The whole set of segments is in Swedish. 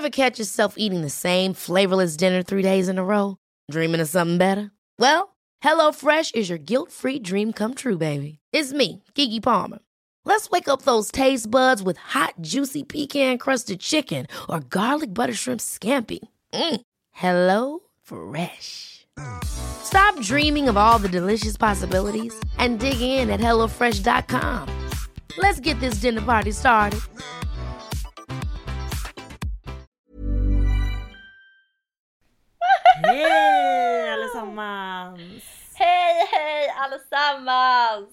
Ever catch yourself eating the same flavorless dinner 3 days in a row? Dreaming of something better? Well, HelloFresh is your guilt-free dream come true, baby. It's me, Keke Palmer. Let's wake up those taste buds with hot, juicy pecan-crusted chicken or garlic butter shrimp scampi. Hello Fresh. Stop dreaming of all the delicious possibilities and dig in at HelloFresh.com. Let's get this dinner party started. Hej allesammans! Hej allesammans!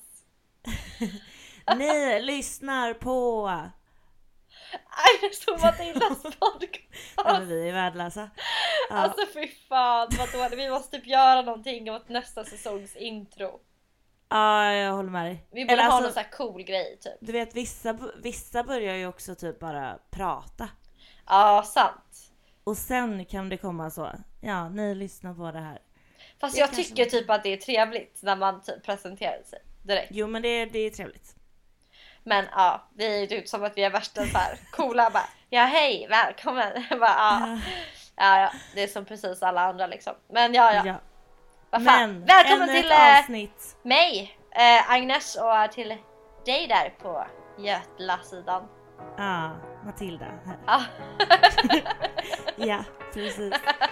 Ni lyssnar på... Aj, det är så Matildas podcast. Ja, men vi är värdelösa. Ja. Alltså fy fan, vad dåligt. Vi måste typ göra någonting åt nästa säsongs intro. Ja, jag håller med dig. Vi borde ha någon sån här cool grej typ. Du vet, vissa börjar ju också typ bara prata. Ja, sant. Och sen kan det komma så. Ja, ni lyssnar på det här. Fast det jag tycker typ att det är trevligt när man typ presenterar sig direkt. Jo, men det är trevligt. Men ja, vi är ju typ som att vi är värsta så här coola bara. Ja, hej, välkommen. Bara, ja, det är som precis alla andra liksom. Men ja. Vad fan? Men, välkommen till avsnitt. Mig, Agnes, och till dig där på Götla-sidan. Ja, Matilda här. Ja. Ja, precis.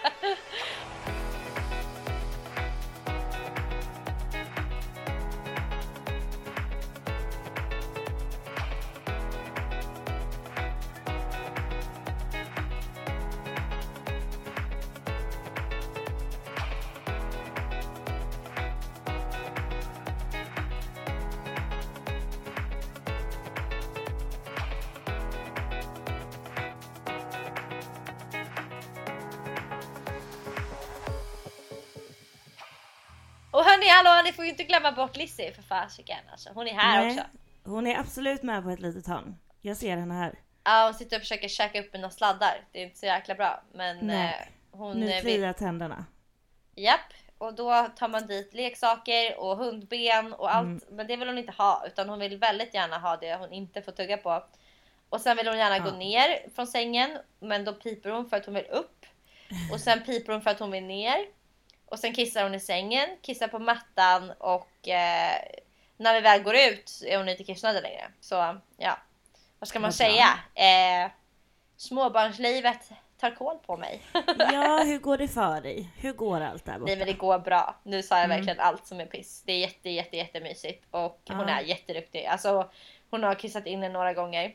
Och hörni, hallå, ni får ju inte glömma bort Lizzie för fasiken. Alltså, hon är här också. Hon är absolut med på ett litet hörn. Jag ser henne här. Ja, hon sitter och försöker käka upp mina sladdar. Det är inte så jäkla bra. Men hon... Nu kliar tänderna. Japp, och då tar man dit leksaker och hundben och allt. Men det vill hon inte ha, utan hon vill väldigt gärna ha det hon inte får tugga på. Och sen vill hon gärna gå ner från sängen. Men då piper hon för att hon vill upp. Och sen piper hon för att hon vill ner. Och sen kissar hon i sängen, kissar på mattan. Och när vi väl går ut är hon inte kissnödig längre. Så ja, vad ska man säga? Småbarnslivet tar koll på mig. Ja, hur går det för dig? Hur går allt där borta? Nej, men det går bra. Nu sa jag verkligen allt som är piss. Det är jättemysigt. Och hon är jätteduktig. Alltså, hon har kissat in några gånger.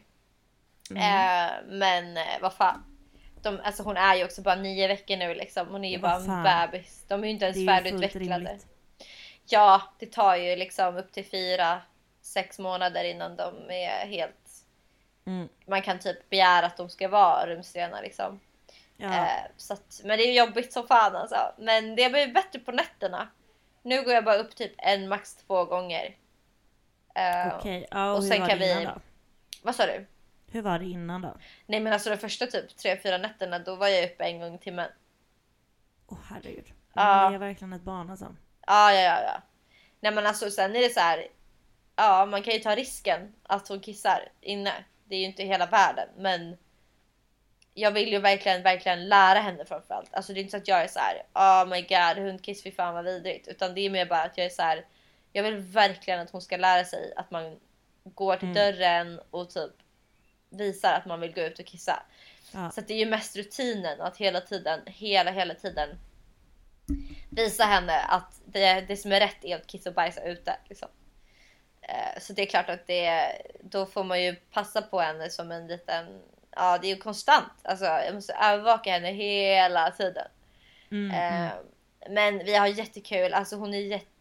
Men vad fan. Alltså hon är ju också bara 9 veckor nu liksom. Hon är ju bara en bebis. De är ju inte ens färdigutvecklade. Ja, det tar ju liksom upp till 4-6 månader innan de är helt... Man kan typ begära att de ska vara rumsrena liksom. Ja. Så att, men det är ju jobbigt som fan alltså. Men det blir bättre på nätterna. Nu går jag bara upp typ max 2 gånger. Okej, ja, och sen kan vi... Då? Vad sa du? Hur var det innan då? Nej, men alltså de första typ 3-4 nätterna, då var jag uppe 1 gång i timmen. Herregud. Man är verkligen ett barn alltså. Ja. Nej, men alltså sen är det så här. Ja, man kan ju ta risken att hon kissar inne. Det är ju inte hela världen, men jag vill ju verkligen lära henne framförallt. Alltså det är inte så att jag är så här, oh my god, hundkiss, fy fan vad vidrigt. Utan det är mer bara att jag är så här, jag vill verkligen att hon ska lära sig att man går till dörren och typ visar att man vill gå ut och kissa. Ja. Så att det är ju mest rutinen att hela tiden visa henne att det som är rätt är att kissa och bajsa ute liksom. Så det är klart att då får man ju passa på henne som en liten, ja, det är ju konstant. Alltså jag måste övervaka henne hela tiden. Men vi har jättekul. Alltså hon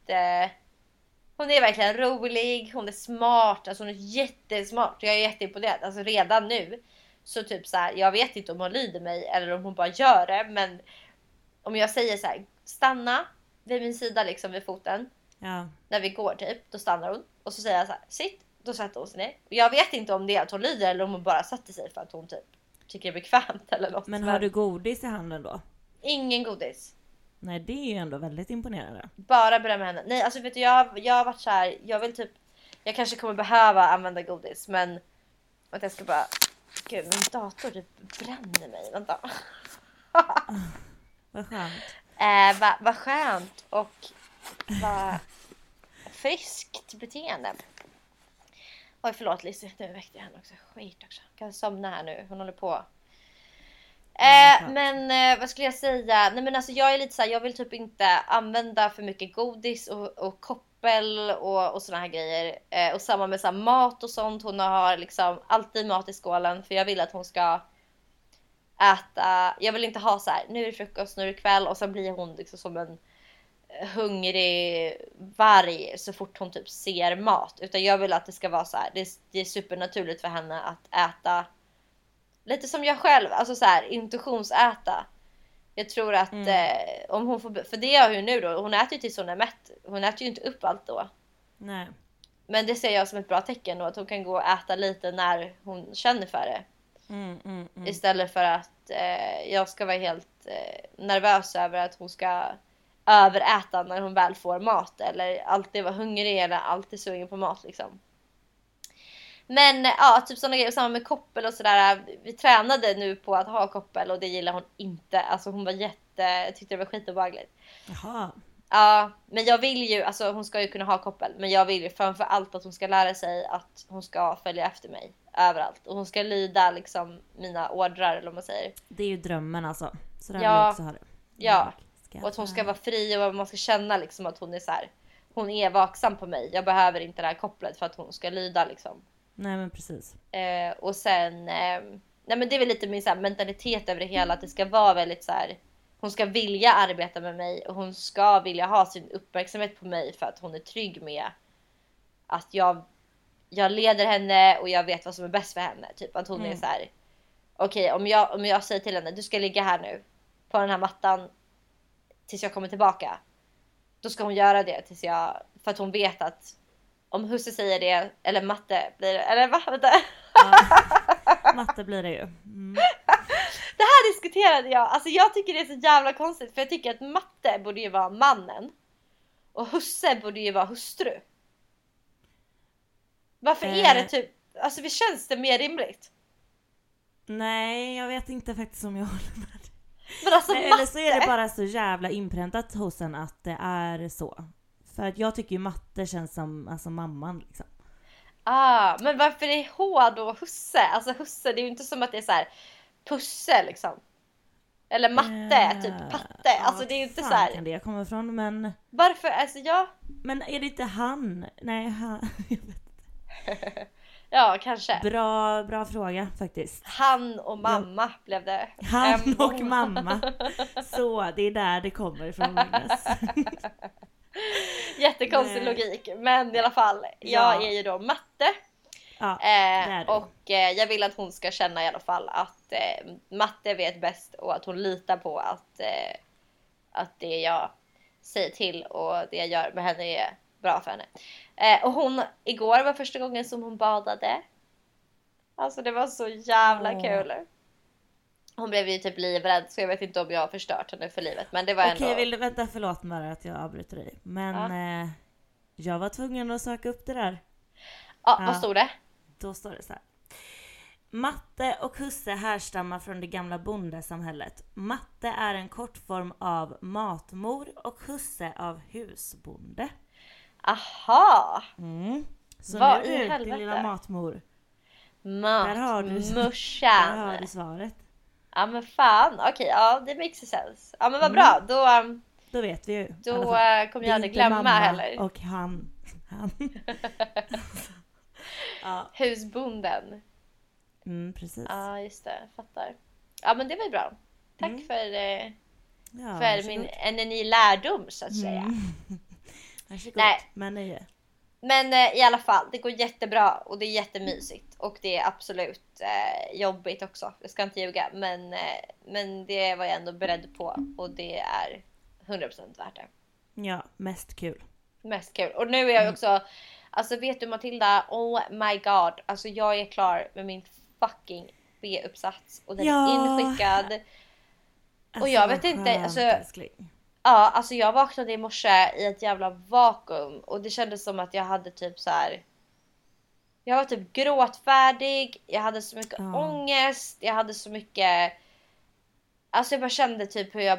är verkligen rolig, hon är smart, alltså hon är jättesmart. Jag är jätteimponerad. Alltså redan nu så typ så här, jag vet inte om hon lyder mig eller om hon bara gör det, men om jag säger så här, stanna vid min sida liksom vid foten. Ja. När vi går typ, då stannar hon och så säger jag så här, sitt, då sätter hon sig ner. Och jag vet inte om det är att hon lyder eller om hon bara sätter sig för att hon typ tycker det är bekvämt eller något. Men har du godis i handen då? Ingen godis. Nej, det är ju ändå väldigt imponerande. Bara berömma henne. Nej, alltså vet du, jag har varit så här, jag kanske kommer behöva använda godis, men att jag ska bara Gud, min dator typ bränner mig. Vänta. Vad skönt. Vad skönt och vad friskt beteende. Oj, förlåt Lizzie, nu väckte jag henne också. Skit också. Jag kan somna här nu, hon håller på. Vad skulle jag säga? Nej men alltså jag är lite så här, jag vill typ inte använda för mycket godis och koppel och såna här grejer. Och samma med så här, mat och sånt. Hon har liksom alltid mat i skålen för jag vill att hon ska äta. Jag vill inte ha så här, nu är det frukost, nu är det kväll och sen blir hon liksom som en hungrig varg så fort hon typ ser mat. Utan jag vill att det ska vara så här, det är supernaturligt för henne att äta lite som jag själv, alltså så här intuitionsäta. Jag tror att om hon får, för det gör hon nu då, hon äter ju tills hon är mätt. Hon äter ju inte upp allt då. Nej. Men det ser jag som ett bra tecken då, att hon kan gå och äta lite när hon känner för det. Istället för att jag ska vara helt nervös över att hon ska överäta när hon väl får mat. Eller alltid vara hungrig eller alltid sugen på mat liksom. Men ja, typ sådana grejer. Samma med koppel och sådär. Vi tränade nu på att ha koppel och det gillar hon inte. Alltså hon var tyckte det var skitobehagligt. Jaha. Ja, men jag vill ju, alltså hon ska ju kunna ha koppel. Men jag vill ju framför allt att hon ska lära sig att hon ska följa efter mig överallt. Och hon ska lyda liksom mina ordrar eller vad man säger. Det är ju drömmen alltså. Så där vill jag också ha det. Ja, och att hon ska vara fri och man ska känna liksom att hon är så här. Hon är vaksam på mig. Jag behöver inte det här kopplet för att hon ska lyda liksom. Nej men precis. Och sen nej men det är väl lite min så här mentalitet över det hela, att det ska vara väldigt så här, hon ska vilja arbeta med mig och hon ska vilja ha sin uppmärksamhet på mig för att hon är trygg med att jag leder henne och jag vet vad som är bäst för henne, typ att hon är så här okej, om jag säger till henne du ska ligga här nu på den här mattan tills jag kommer tillbaka, då ska hon göra det tills för att hon vet att om husse säger det, eller matte blir det, eller vad? Ja, matte blir det ju. Det här diskuterade jag. Alltså jag tycker det är så jävla konstigt. För jag tycker att matte borde ju vara mannen. Och husse borde ju vara hustru. Varför är det typ, alltså det känns det mer rimligt? Nej, jag vet inte faktiskt om jag håller med. Men alltså nej, eller så är det bara så jävla inpräntat hos en att det är så. För att jag tycker ju matte känns som alltså mamman liksom. Men varför är H då husse? Alltså husse, det är ju inte som att det är så här pusse liksom. Eller matte, typ patte. Alltså det är ju inte så här. Kan det komma ifrån, men varför? Alltså men är det inte han? Nej, han. Jag vet inte. Ja, kanske. Bra fråga faktiskt. Han och mamma blev det. Han och mamma. Så, det är där det kommer ifrån, Magnus. Jättekonstig logik. Men i alla fall, jag är ju då matte. Ja, och jag vill att hon ska känna i alla fall att matte vet bäst och att hon litar på att det jag säger till och det jag gör med henne är bra för henne. Och igår var första gången som hon badade. Alltså det var så jävla kul. Hon blev ju typ livrädd, så jag vet inte om jag har förstört henne för livet. Men det var ändå... Okej, vänta, förlåt Mara att jag avbryter dig. Men jag var tvungen att söka upp det där. Ja, vad stod det? Då står det så här. Matte och husse härstammar från det gamla bondesamhället. Matte är en kortform av matmor och husse av husbonde. Aha! Så vad nu i är din helvete? lilla matmor. Matmorsan. Där har du svaret. Ja men fan, okej, ja det makes sense. Ja men vad bra, då vet vi ju. Då kommer jag aldrig glömma heller. Och han. Ja. Husbonden. Precis. Ja just det, fattar. Ja men det var ju bra. Tack för min ny lärdom så att säga. Varsågod. Nej. Men i alla fall, det går jättebra och det är jättemysigt. Och det är absolut jobbigt också. Jag ska inte ljuga. Men det var jag ändå beredd på. Och det är 100% värt det. Ja, mest kul. Mest kul. Och nu är jag också... Alltså vet du Matilda, oh my god. Alltså jag är klar med min fucking B-uppsats. Och den är inskickad. Alltså, och jag vet inte... Ja, alltså jag vaknade i morse i ett jävla vakuum. Och det kändes som att jag hade typ så här. Jag var typ gråtfärdig. Jag hade så mycket ångest. Jag hade så mycket... Alltså jag bara kände typ hur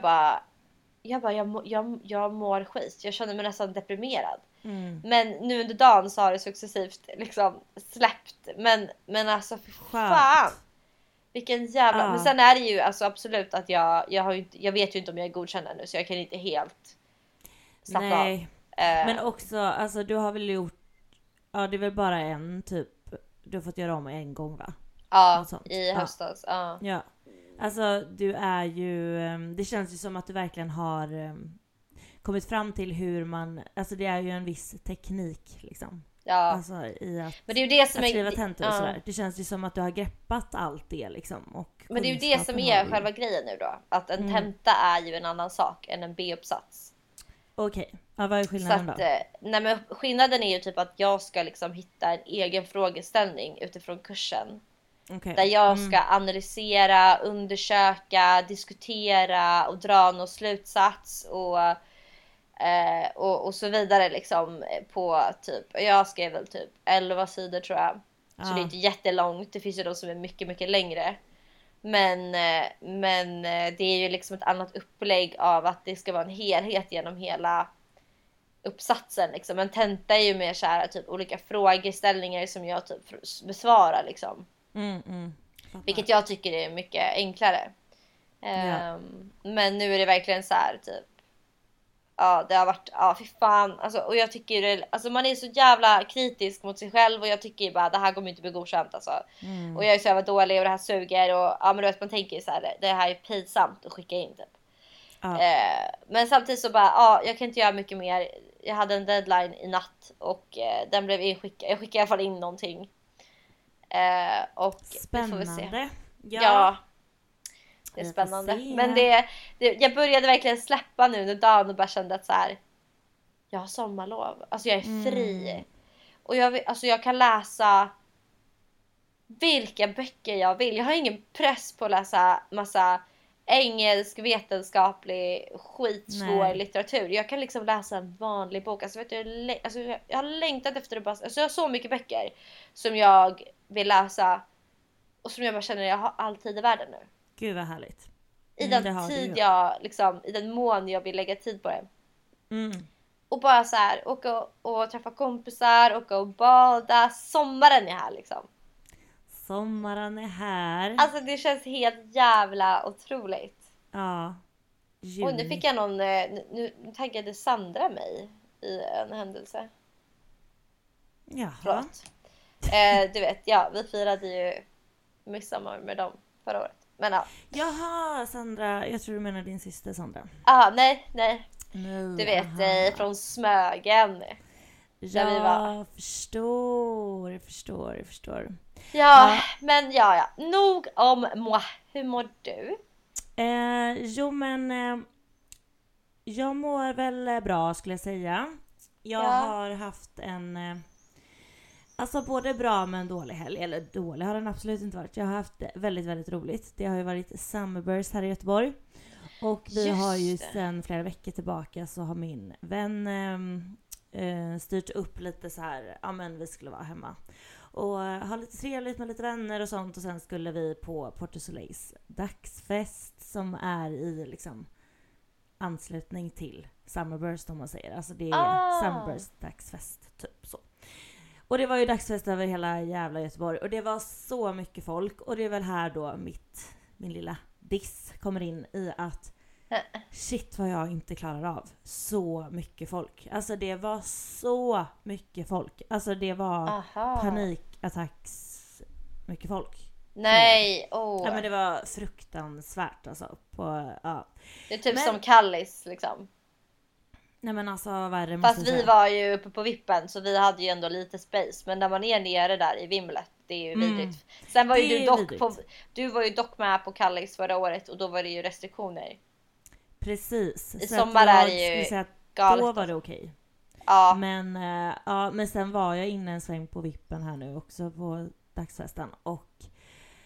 jag mår skit. Jag kände mig nästan deprimerad. Men nu under dagen så har det successivt liksom släppt. Men alltså för fan. Vilken jävla... Men sen är det ju alltså absolut att jag vet ju inte om jag är godkänd nu. Så jag kan inte helt slappna av. Men också, alltså du har väl gjort... Ja, det är väl bara en typ... Du har fått göra om en gång, va? Ja, i höstas. Ja. Alltså du är ju... Det känns ju som att du verkligen har kommit fram till hur man... Alltså det är ju en viss teknik liksom. Ja. Alltså i att, men det är ju det som att skriva tentor och sådär. Det känns ju som att du har greppat allt det liksom. Och men det är ju det som är själva grejen nu då. Att en tenta är ju en annan sak än en B-uppsats. Okej. Ja, vad är skillnaden då? Nej, men skillnaden är ju typ att jag ska liksom hitta en egen frågeställning utifrån kursen. Okay. Där jag ska analysera, undersöka, diskutera och dra någon slutsats och så vidare liksom på typ, jag skrev väl typ 11 sidor tror jag. Så det är inte jättelångt, det finns ju de som är mycket, mycket längre. Men det är ju liksom ett annat upplägg av att det ska vara en helhet genom hela uppsatsen liksom. En tenta är ju mer så här typ olika frågeställningar som jag typ besvarar liksom. Vilket jag tycker är mycket enklare. Men nu är det verkligen så här typ. Ja, det har varit, fy fan. Alltså, och jag tycker det, alltså man är så jävla kritisk mot sig själv. Och jag tycker bara, det här kommer inte bli godkänt alltså. Och jag är så jävla dålig och det här suger. Och men du vet, man tänker så här, det här är pinsamt att skicka in typ. Men samtidigt så bara, jag kan inte göra mycket mer. Jag hade en deadline i natt. Och den blev inskickad. Jag skickade i alla fall in någonting. Och spännande. Får vi se. Ja. Det är spännande. Men jag började verkligen släppa nu under dagen och bara kände att så här, jag har sommarlov. Alltså jag är fri. Och jag kan läsa vilka böcker jag vill. Jag har ingen press på att läsa massa engelsk, vetenskaplig, skitsvår litteratur. Jag kan liksom läsa en vanlig bok. Alltså, vet du, jag har längtat efter det. Alltså, jag har så mycket böcker som jag vill läsa. Och som jag bara känner att jag har all tid i världen nu. Gud vad härligt. I den tid jag liksom, i den mån jag vill lägga tid på det. Och bara så här, åka och träffa kompisar, åka och bada. Sommaren är här liksom. Sommaren är här. Alltså det känns helt jävla otroligt. Ja. Och nu fick jag någon, nu taggade Sandra mig i en händelse. Jaha. Förlåt. Du vet, vi firade ju midsommar med dem förra året. Men ja. Jaha, Sandra. Jag tror du menar din syster Sandra. Nej. No, du vet, från Smögen. Jag förstår. Ja, men ja. Nog om moi. Hur mår du? Jag mår väl bra skulle jag säga. Jag har haft en... Alltså både bra men dålig helg. Eller dålig har den absolut inte varit. Jag har haft väldigt, väldigt roligt. Det har ju varit Summerburst här i Göteborg. Och vi har ju sedan flera veckor tillbaka så har min vän styrt upp lite så här. Ja men vi skulle vara hemma. Och ha lite trevligt med lite vänner och sånt. Och sen skulle vi på Porto Soleils dagsfest som är i liksom anslutning till Summerburst om man säger. Alltså det är Summerburst dagsfest typ så. Och det var ju dagsfest över hela jävla Göteborg. Och det var så mycket folk. Och det är väl här då min lilla diss kommer in i att shit vad jag inte klarar av. Så mycket folk. Alltså det var så mycket folk. Alltså det var panikattacks mycket folk. Nej, Ja men det var fruktansvärt alltså. Det är typ som Kallis liksom. Nej men alltså värre. Fast vi var ju uppe på vippen så vi hade ju ändå lite space. Men när man är nere där i vimlet, det är ju vidrigt. Sen var ju du var ju dock med på Kallis förra året och då var det ju restriktioner. Precis. I sommar är det ju galet. Då var det okej. Ja. Men sen var jag inne en sväng på vippen här nu också på dagsfesten och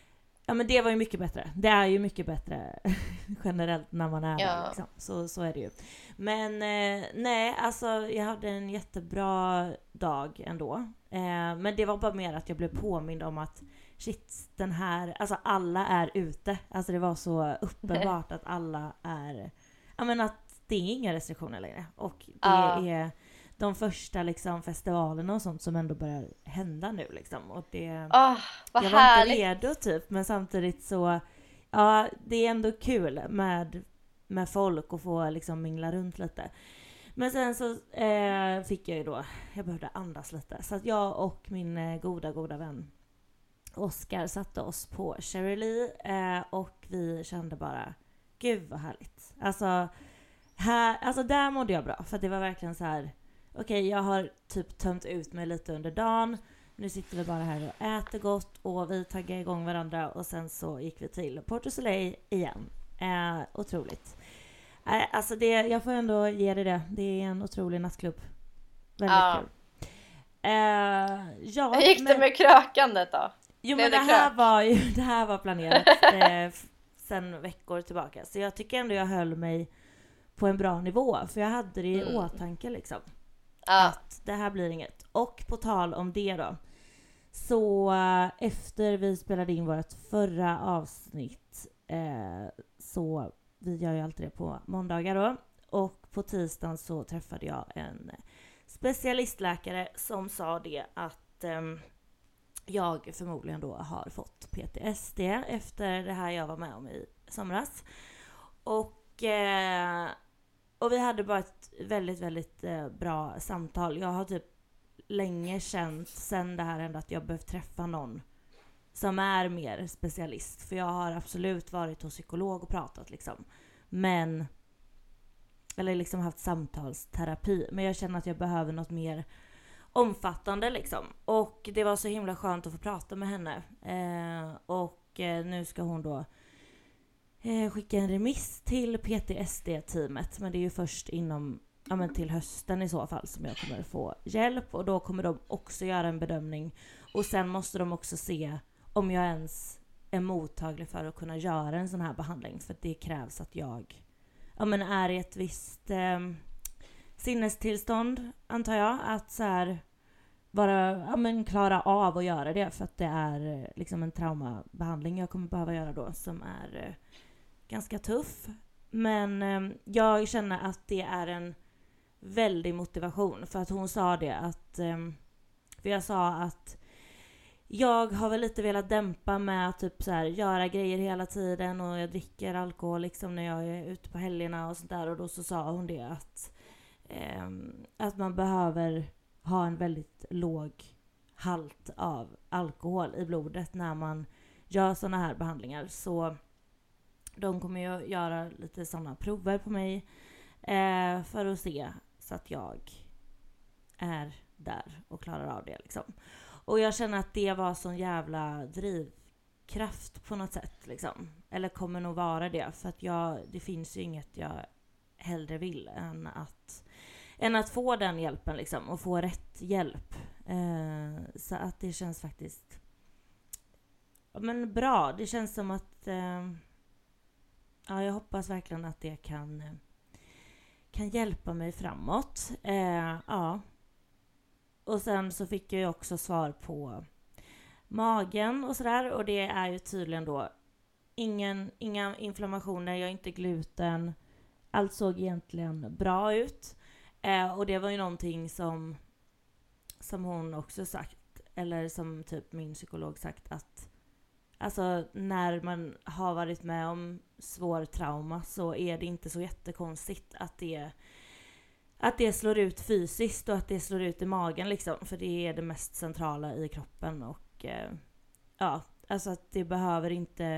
Ja, men det var ju mycket bättre. Det är ju mycket bättre generellt när man är där liksom. Så är det ju. Men nej, alltså jag hade en jättebra dag ändå. Men det var bara mer att jag blev påmind om att shit, den här, alltså alla är ute. Alltså det var så uppenbart att alla är, ja men att det är inga restriktioner längre. Och det är de första liksom festivalerna och sånt som ändå börjar hända nu liksom. Och det, vad jag var härligt. inte redo typ, men samtidigt så, ja det är ändå kul med folk och få liksom mingla runt lite. Men sen så fick jag ju då, jag behövde andas lite. Så att jag och min goda vän Oscar satte oss på Cherry Lee och vi kände bara, gud vad härligt. Alltså där mådde jag bra, för att det var verkligen så här. Okej, jag har typ tömt ut mig lite under dagen. Nu sitter vi bara här och äter gott och vi taggar igång varandra. Och sen så gick vi till Port du Soleil igen. Otroligt. Alltså jag får ändå ge det. Det är en otrolig nattklubb. Väldigt kul. Hur gick det med krökandet då? Jo, men det här var planerat sen veckor tillbaka. Så jag tycker ändå jag höll mig på en bra nivå. För jag hade det i åtanke liksom. Att det här blir inget. Och på tal om det då. Så efter vi spelade in vårt förra avsnitt. Så vi gör ju alltid det på måndagar då. Och på tisdagen så träffade jag en specialistläkare som sa det att jag förmodligen då har fått PTSD efter det här jag var med om i somras. Och vi hade bara ett väldigt, väldigt bra samtal. Jag har typ länge känt sen det här hände att jag behövt träffa någon som är mer specialist. För jag har absolut varit hos psykolog och pratat liksom. Men, eller liksom haft samtalsterapi. Men jag känner att jag behöver något mer omfattande liksom. Och det var så himla skönt att få prata med henne. Och nu ska hon då skicka en remiss till PTSD-teamet. Men det är ju först till hösten i så fall som jag kommer få hjälp. Och då kommer de också göra en bedömning. Och sen måste de också se om jag ens är mottaglig för att kunna göra en sån här behandling. För det krävs att jag är i ett visst sinnestillstånd, antar jag. Att så här bara klara av att göra det. För att det är liksom en traumabehandling jag kommer behöva göra då. Som är ganska tuff. Men jag känner att det är en väldig motivation. För att hon sa det att för jag sa att jag har väl lite velat dämpa med att typ så här, göra grejer hela tiden. Och jag dricker alkohol liksom när jag är ute på helgerna och sånt där. Och då så sa hon det att man behöver ha en väldigt låg halt av alkohol i blodet när man gör såna här behandlingar. Så de kommer ju göra lite sådana prover på mig för att se så att jag är där och klarar av det liksom. Och jag känner att det var sån jävla drivkraft på något sätt liksom. Eller kommer nog vara det, för att det finns ju inget jag hellre vill än att få den hjälpen liksom, och få rätt hjälp. Så att det känns faktiskt bra. Det känns som att jag hoppas verkligen att det kan hjälpa mig framåt. Och sen så fick jag ju också svar på magen och sådär. Och det är ju tydligen då inga inflammationer, jag är inte gluten. Allt såg egentligen bra ut. Och det var ju någonting som hon också sagt, eller som typ min psykolog sagt, att alltså när man har varit med om svår trauma så är det inte så jättekonstigt att det slår ut fysiskt och att det slår ut i magen liksom. För det är det mest centrala i kroppen. Och alltså att det behöver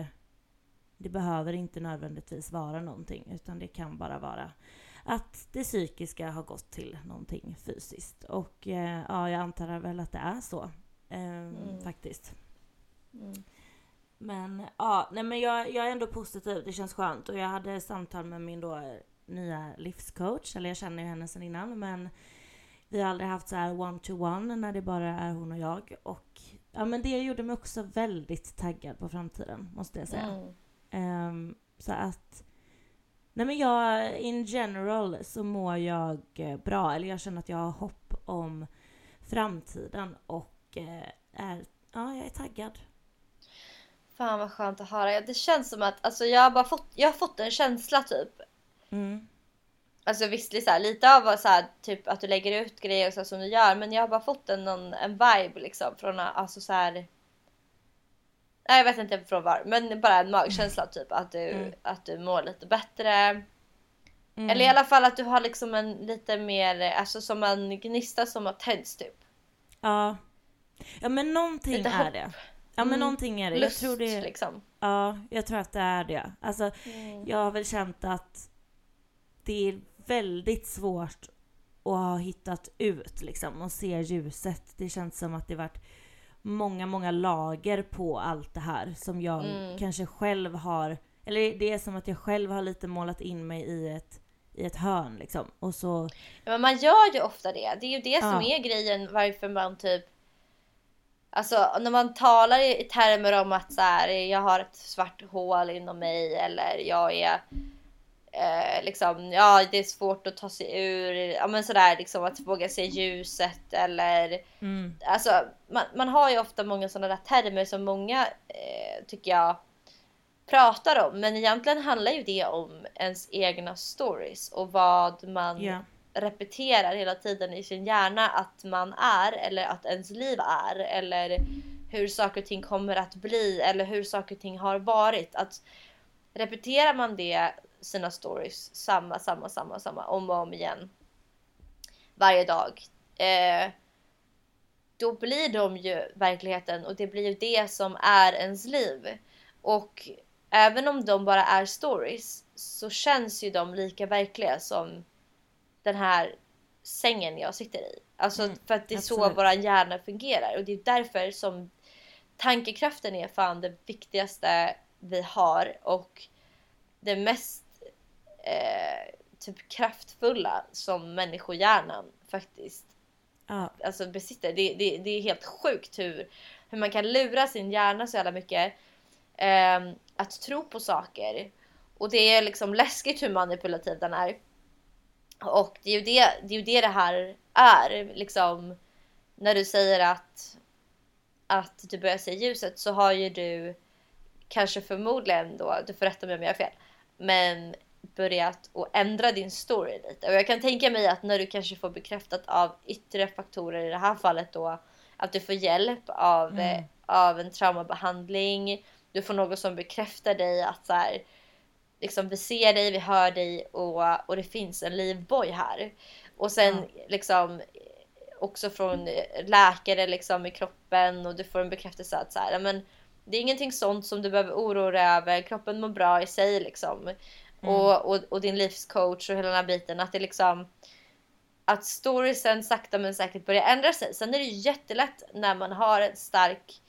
inte nödvändigtvis vara någonting. Utan det kan bara vara att det psykiska har gått till någonting fysiskt. Och jag antar väl att det är så faktiskt. Men jag är ändå positiv. Det känns skönt. Och jag hade samtal med min då nya livscoach. Eller jag känner ju henne sedan innan. Men vi har aldrig haft så här one-to-one när det bara är hon och jag. Och ja, men det gjorde mig också väldigt taggad på framtiden, måste jag säga. Så att nej, men jag in general så mår jag bra, eller jag känner att jag har hopp om framtiden och jag är taggad. Fan vad skönt att höra. Det känns som att alltså, jag har fått en känsla typ. Alltså visst så här, lite av så här, typ att du lägger ut grejer och så som du gör, men jag har bara fått en vibe liksom från alltså så här. Nej, jag vet inte från var, men bara en magkänsla typ att du mår lite bättre. Eller i alla fall att du har liksom en lite mer, alltså som en gnista som har tänts typ. Ja. Ja, men någonting lite är det. Ja, men någonting är det. Lust, jag tror det liksom. Ja, jag tror att det är det. Alltså, jag har väl känt att det är väldigt svårt att ha hittat ut liksom och se ljuset. Det känns som att det varit många lager på allt det här som jag kanske själv har, eller det är som att jag själv har lite målat in mig i ett hörn liksom. Och så ja, men man gör ju ofta det. Det är ju det som är grejen varför man typ, alltså när man talar i termer om att så här, jag har ett svart hål inom mig, eller jag är liksom, ja det är svårt att ta sig ur, ja men sådär liksom, att våga se ljuset, eller alltså man har ju ofta många sådana där termer som många tycker jag pratar om, men egentligen handlar ju det om ens egna stories och vad man repeterar hela tiden i sin hjärna att man är, eller att ens liv är, eller hur saker och ting kommer att bli, eller hur saker och ting har varit. Att repeterar man det, sina stories, samma om och om igen varje dag, då blir de ju verkligheten, och det blir ju det som är ens liv. Och även om de bara är stories så känns ju de lika verkliga som den här sängen jag sitter i. Alltså för att det är så våra hjärnor fungerar, och det är därför som tankekraften är fan det viktigaste vi har, och det mest typ kraftfulla som människohjärnan faktiskt alltså besitter. Det är helt sjukt hur man kan lura sin hjärna så jävla mycket att tro på saker, och det är liksom läskigt hur manipulativ den är. Och det är ju det här är liksom, när du säger att du börjar se ljuset, så har ju du kanske förmodligen då, du får rätta mig om jag har fel, men börjat att ändra din story lite. Och jag kan tänka mig att när du kanske får bekräftat av yttre faktorer, i det här fallet då att du får hjälp av en traumabehandling, du får något som bekräftar dig att så här, liksom, vi ser dig, vi hör dig, och det finns en livboj här. Och sen liksom också från läkare liksom i kroppen, och du får en bekräftelse att så här, men det är ingenting sånt som du behöver oroa dig över, kroppen mår bra i sig liksom. Och din livscoach och hela den här biten, att det liksom, att storiesen sakta men säkert börjar ändra sig. Sen är det ju jättelätt när man har en stark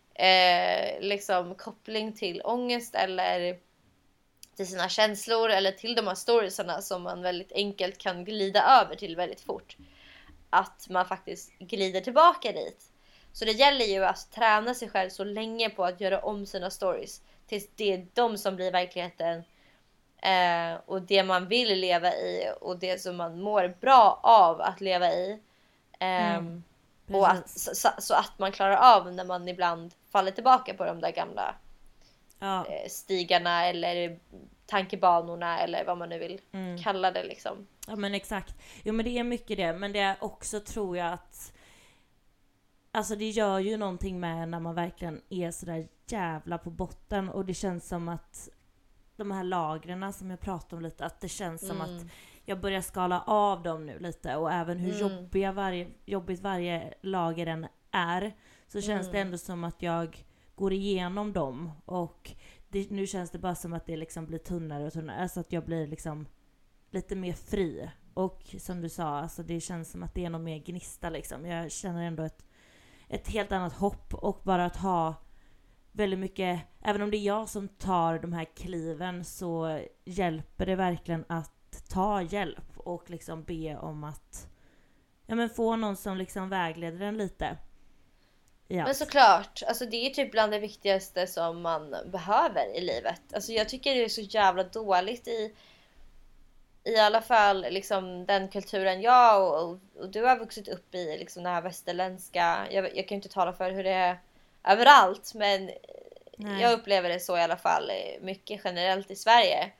liksom koppling till ångest, eller till sina känslor, eller till de här storiesarna som man väldigt enkelt kan glida över till väldigt fort, att man faktiskt glider tillbaka dit. Så det gäller ju att träna sig själv så länge på att göra om sina stories tills det är de som blir verkligheten, och det man vill leva i, och det som man mår bra av att leva i, och så att man klarar av när man ibland faller tillbaka på de där gamla stigarna eller tankebanorna, eller vad man nu vill kalla det liksom. Ja, men exakt. Jo, men det är mycket det, men det är också, tror jag, att alltså det gör ju någonting med när man verkligen är sådär jävla på botten, och det känns som att de här lagren som jag pratade om lite, att det känns som att jag börjar skala av dem nu lite, och även hur jobbigt varje lager än är, så känns det ändå som att jag går igenom dem, och nu känns det bara som att det liksom blir tunnare och tunnare, så att jag blir liksom lite mer fri. Och som du sa, alltså det känns som att det är någon mer gnista liksom. Jag känner ändå ett helt annat hopp, och bara att ha väldigt mycket, även om det är jag som tar de här kliven, så hjälper det verkligen att ta hjälp och liksom be om att få någon som liksom vägleder en lite Men såklart, alltså det är typ bland det viktigaste som man behöver i livet. Alltså jag tycker det är så jävla dåligt i alla fall liksom den kulturen jag och du har vuxit upp i, liksom den här västerländska. Jag kan ju inte tala för hur det är överallt, men jag upplever det så i alla fall mycket generellt i Sverige.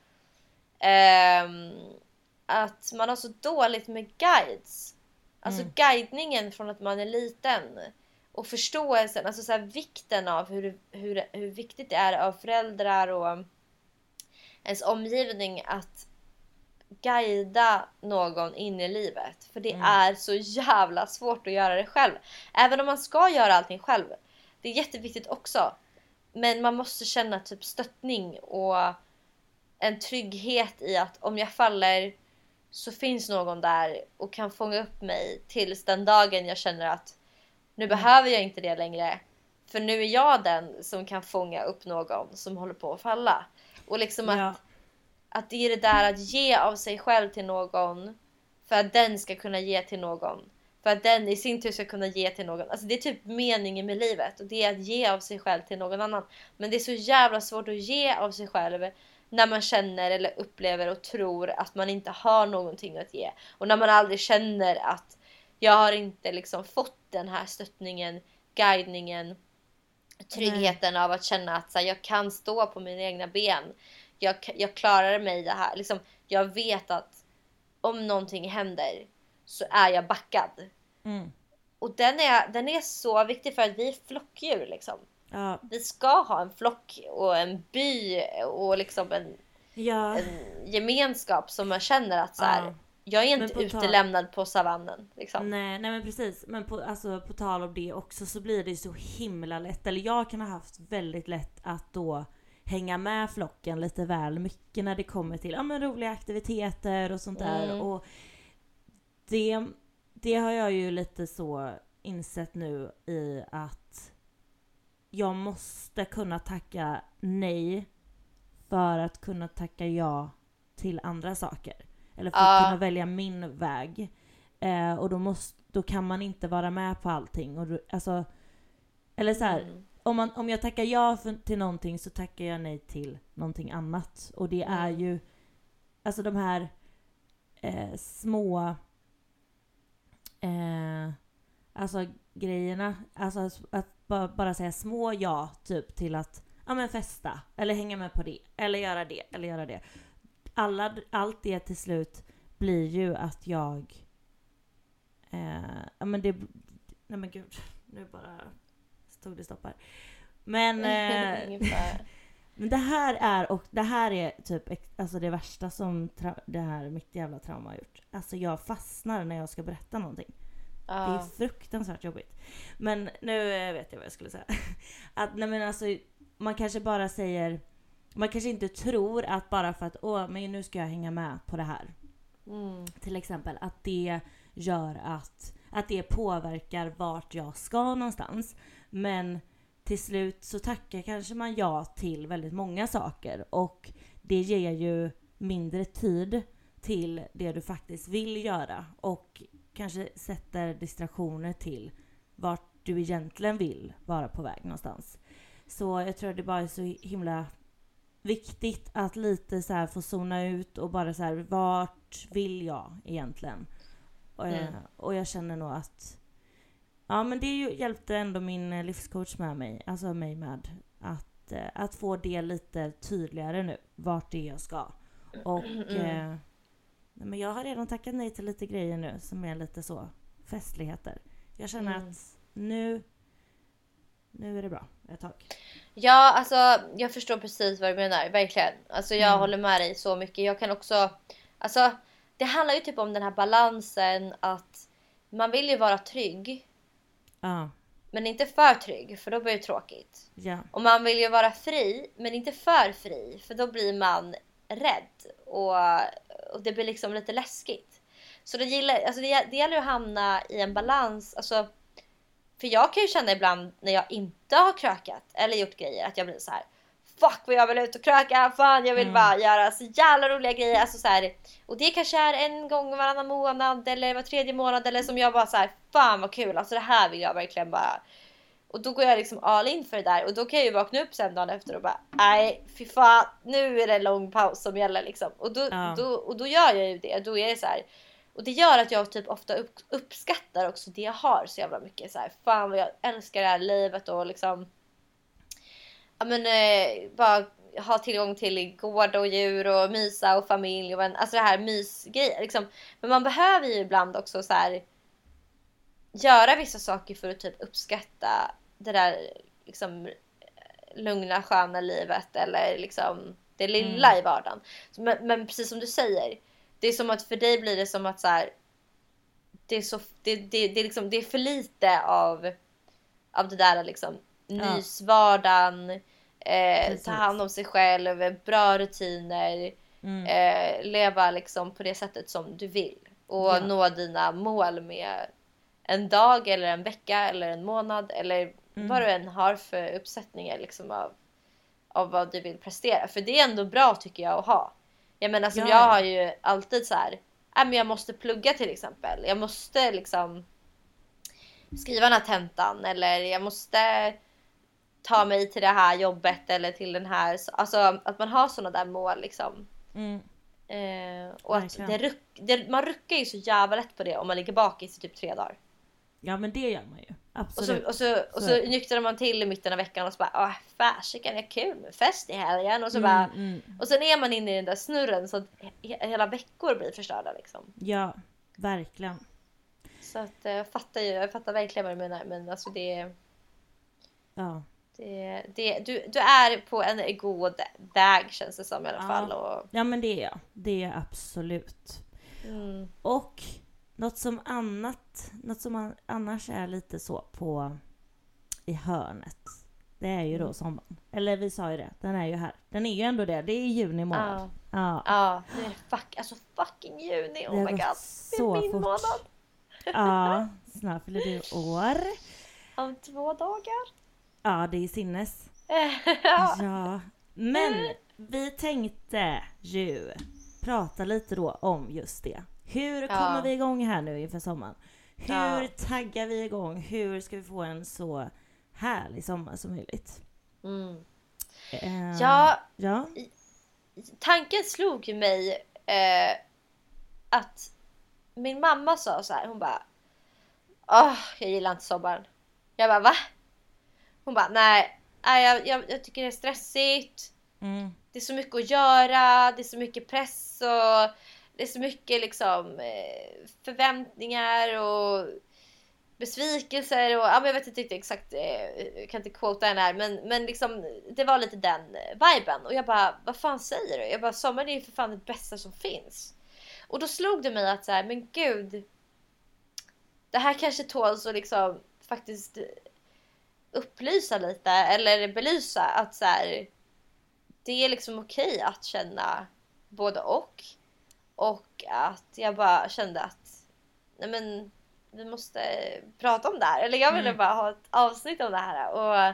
Att man har så dåligt med guides. Alltså guidningen från att man är liten. Och förståelsen, alltså så här, vikten av hur viktigt det är av föräldrar och ens omgivning att guida någon in i livet. För det är så jävla svårt att göra det själv. Även om man ska göra allting själv. Det är jätteviktigt också. Men man måste känna typ stöttning och en trygghet i att om jag faller så finns någon där och kan fånga upp mig tills den dagen jag känner att nu behöver jag inte det längre. För nu är jag den som kan fånga upp någon som håller på att falla. Och liksom att det är det där att ge av sig själv till någon för att den ska kunna ge till någon. För att den i sin tur ska kunna ge till någon. Alltså det är typ meningen med livet. Och det är att ge av sig själv till någon annan. Men det är så jävla svårt att ge av sig själv när man känner eller upplever och tror att man inte har någonting att ge. Och när man aldrig känner att jag har inte liksom fått den här stöttningen, guidningen, tryggheten av att känna att så här, jag kan stå på mina egna ben. Jag klarar mig det här. Liksom, jag vet att om någonting händer så är jag backad. Och den är så viktig för att vi är flockdjur liksom. Vi ska ha en flock och en by och liksom en gemenskap som man känner att så här, jag är inte utelämnad på savannen liksom. Nej men precis. Men på tal om det också så blir det så himla lätt. Eller jag kan ha haft väldigt lätt att då hänga med flocken lite väl mycket när det kommer till roliga aktiviteter och sånt där. Och det har jag ju lite så insett nu i att jag måste kunna tacka nej för att kunna tacka ja till andra saker. Eller för att kunna välja min väg. Och då kan man inte vara med på allting. Och alltså, eller så här, om jag tackar ja till någonting så tackar jag nej till någonting annat. Och det är ju alltså de här små alltså grejerna, alltså att bara säga små ja typ till att festa eller hänga med på det eller göra det eller göra det. Allt det till slut blir ju att jag nej men gud, nu bara stod det stoppar. Men men det här är typ alltså det värsta som det här mitt jävla trauma har gjort. Alltså jag fastnar när jag ska berätta någonting. Det är fruktansvärt jobbigt. Men nu vet jag vad jag skulle säga. Att nej men alltså man kanske bara säger, man kanske inte tror att bara för att men nu ska jag hänga med på det här. Till exempel att det gör att det påverkar vart jag ska någonstans. Men till slut så tackar kanske man ja till väldigt många saker. Och det ger ju mindre tid till det du faktiskt vill göra. Och kanske sätter distraktioner till vart du egentligen vill vara på väg någonstans. Så jag tror att det bara är så himla viktigt att lite så här få zona ut och bara så här, vart vill jag egentligen? Och jag känner nog att men det hjälpte ändå min livscoach med mig, alltså mig med att få det lite tydligare nu, vart det är jag ska. Och men jag har redan tackat nej till lite grejer nu som är lite så festligheter. Jag känner att nu är det bra ett tag. Ja, alltså jag förstår precis vad du menar, verkligen. Alltså jag håller med dig så mycket. Jag kan också, alltså det handlar ju typ om den här balansen att man vill ju vara trygg. Men inte för trygg, för då blir det tråkigt. Och man vill ju vara fri, men inte för fri, för då blir man rädd och det blir liksom lite läskigt. Så det gäller att hamna i en balans. Alltså, för jag kan ju känna ibland när jag inte har krökat eller gjort grejer att jag blir så här: fuck vad jag vill ut och kröka, fan jag vill bara göra så jävla roliga grejer, alltså så här, och det kanske är en gång varannan månad eller var tredje månad eller som jag bara så här, fan vad kul, alltså det här vill jag verkligen bara Och då går jag liksom all in för det där. Och då kan jag ju vakna upp sen dagen efter och bara, nej, fy fan, nu är det en lång paus som gäller liksom. Och då gör jag ju det. Då är det så här. Och det gör att jag typ ofta uppskattar också det jag har så jävla mycket. Så här, fan vad jag älskar det här livet och liksom, ja men bara ha tillgång till gård och djur och mysa och familj. Och alltså det här mysgrejer liksom. Men man behöver ju ibland också så här, göra vissa saker för att typ uppskatta det där liksom lugna, sköna livet eller liksom det lilla i vardagen. Men precis som du säger, det är som att för dig blir det som att så här, det är för lite av det där liksom mysvardagen, ta hand om sig själv, bra rutiner, leva liksom på det sättet som du vill och nå dina mål med en dag eller en vecka eller en månad eller vad du än har för uppsättningar liksom av vad du vill prestera. För det är ändå bra tycker jag att ha. Jag menar som jag har ju alltid så här, men jag måste plugga till exempel. Jag måste liksom skriva den här tentan eller jag måste ta mig till det här jobbet eller till den här, alltså att man har såna där mål liksom. Och att man ruckar ju så jävla lätt på det om man ligger bak i typ 3 dagar. Ja men det gör man ju, absolut. Och så nyktrar man till i mitten av veckan och så bara, färsiken är kul med fest i helgen. Och så bara, och sen är man inne i den där snurren så att hela veckor blir förstörda liksom. Ja, verkligen. Så att jag fattar verkligen vad du menar. Men alltså det... Ja. Du är på en god väg känns det som i alla fall. Och... Ja men det är jag. Det är absolut. Och något som annars är lite så på i hörnet. Det är ju då sommaren. Eller vi sa ju det. Den är ju här. Den är ju ändå det. Det är juni månad. Ja. Det är fucking juni. Oh my god. Det är min månad. Ja. Snart fyller du år. Om 2 dagar. Ja, det är sinnes. Ja. Men vi tänkte ju prata lite då om just det. Hur kommer vi igång här nu inför sommaren? Hur taggar vi igång? Hur ska vi få en så härlig sommar som möjligt? Tanken slog ju mig att min mamma sa så här, hon bara, jag gillar inte sommaren. Jag bara, va? Hon bara, nej, jag tycker det är stressigt. Det är så mycket att göra, det är så mycket press och det är så mycket liksom förväntningar och besvikelser och jag vet inte exakt, jag kan inte quota den här, men liksom det var lite den viben och jag bara, vad fan säger du? Jag bara, sommaren är ju för fan det bästa som finns. Och då slog det mig att så här, men gud, det här kanske tåls att liksom faktiskt upplysa lite eller belysa att så här, det är liksom okej att känna både och att jag bara kände att nej men vi måste prata om det här, eller jag ville bara ha ett avsnitt om det här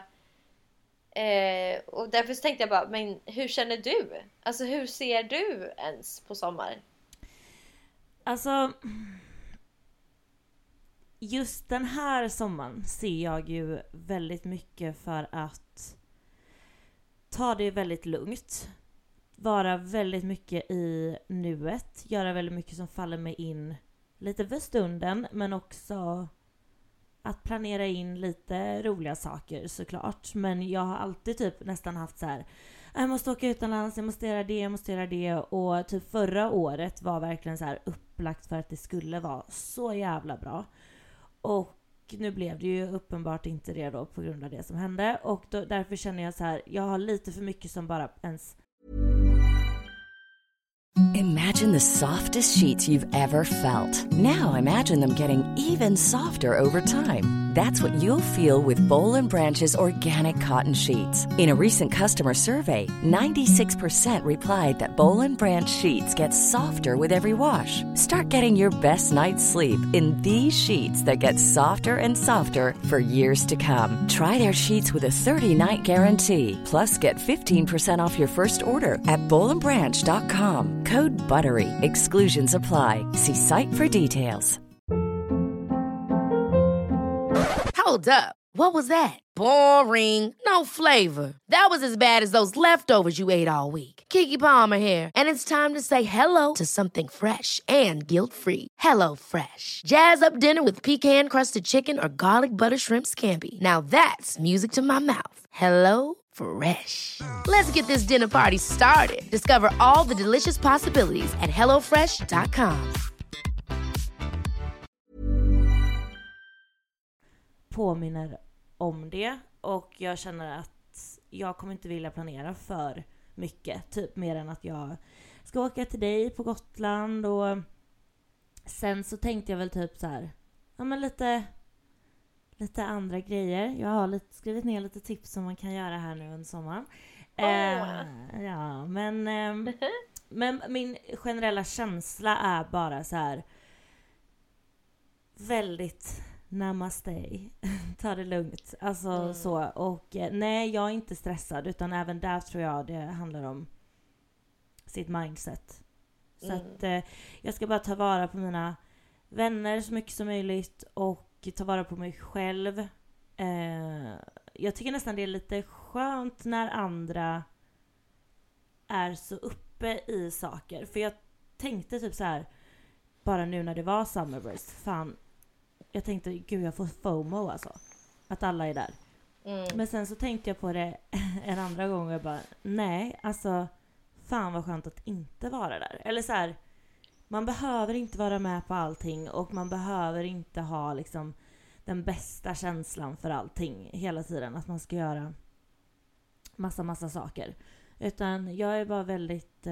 och därför så tänkte jag bara, men hur känner du? Alltså hur ser du ens på sommar? Alltså just den här sommaren ser jag ju väldigt mycket för att ta det väldigt lugnt. Vara väldigt mycket i nuet. Göra väldigt mycket som faller mig in lite för stunden. Men också att planera in lite roliga saker såklart. Men jag har alltid typ nästan haft så här, jag måste åka utomlands, jag måste göra det. Och typ förra året var verkligen så här upplagt för att det skulle vara så jävla bra. Och nu blev det ju uppenbart inte det då på grund av det som hände. Och därför känner jag så här, jag har lite för mycket som bara ens... Imagine the softest sheets you've ever felt. Now imagine them getting even softer over time. That's what you'll feel with Boll & Branch's organic cotton sheets. In a recent customer survey, 96% replied that Boll & Branch sheets get softer with every wash. Start getting your best night's sleep in these sheets that get softer and softer for years to come. Try their sheets with a 30-night guarantee. Plus, get 15% off your first order at bollandbranch.com. Code BUTTERY. Exclusions apply. See site for details. Hold up. What was that? Boring. No flavor. That was as bad as those leftovers you ate all week. Keke Palmer here, and it's time to say hello to something fresh and guilt-free. Hello Fresh. Jazz up dinner with pecan-crusted chicken or garlic butter shrimp scampi. Now that's music to my mouth. Hello Fresh. Let's get this dinner party started. Discover all the delicious possibilities at hellofresh.com. Påminner om det, och jag känner att jag kommer inte vilja planera för mycket, typ mer än att jag ska åka till dig på Gotland, och sen så tänkte jag väl typ så här, ja men lite andra grejer. Jag har skrivit ner lite tips som man kan göra här nu under sommaren. Ja, men min generella känsla är bara så här, väldigt namaste. Ta det lugnt. Alltså så. Och nej, jag är inte stressad, utan även där tror jag det handlar om sitt mindset. Så att jag ska bara ta vara på mina vänner så mycket som möjligt och ta vara på mig själv. Jag tycker nästan det är lite skönt när andra är så uppe i saker. För jag tänkte typ så här, bara nu när det var Summerburst, fan, jag tänkte, gud jag får FOMO alltså. Att alla är där. Men sen så tänkte jag på det en andra gång och jag bara, nej, alltså fan vad skönt att inte vara där. Eller så här, man behöver inte vara med på allting, och man behöver inte ha liksom den bästa känslan för allting hela tiden. Att man ska göra massa saker. Utan jag är bara väldigt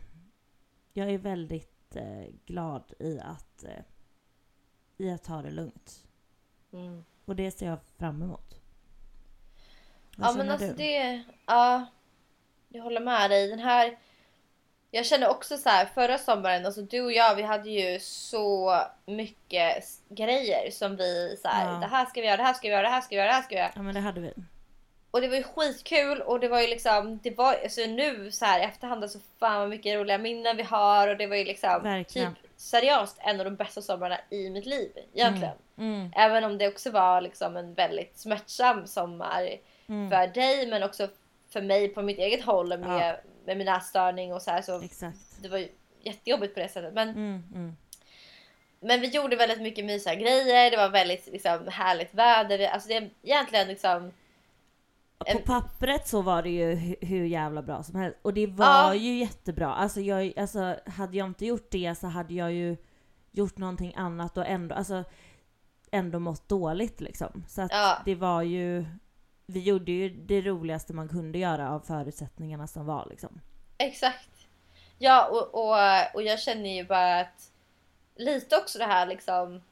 glad i att ta det lugnt. Och det ser jag fram emot. Ja, men alltså det, ja, jag håller med dig. Den här, jag känner också så här, förra sommaren, alltså du och jag, vi hade ju så mycket grejer som vi så här, det här ska vi göra, det här ska vi göra, det här ska vi göra, det här ska vi göra. Ja, men det hade vi. Och det var ju skitkul, och det var ju liksom, det var alltså nu så här efterhand så fan vad mycket roliga minnen vi har, och det var ju liksom verkligen. Typ seriöst en av de bästa somrarna i mitt liv egentligen. Även om det också var liksom en väldigt smärtsam sommar för dig, men också för mig på mitt eget håll med min ätstörning och så här, så exakt. Det var ju jättejobbigt på det sättet, men vi gjorde väldigt mycket mysiga grejer. Det var väldigt liksom härligt väder. Alltså det är egentligen liksom, på pappret så var det ju hur jävla bra som helst. Och det var ju jättebra. Alltså hade jag inte gjort det så hade jag ju gjort någonting annat och ändå mått dåligt liksom. Så att det var ju, vi gjorde ju det roligaste man kunde göra av förutsättningarna som var liksom. Exakt. Ja, och jag känner ju bara att lite också det här liksom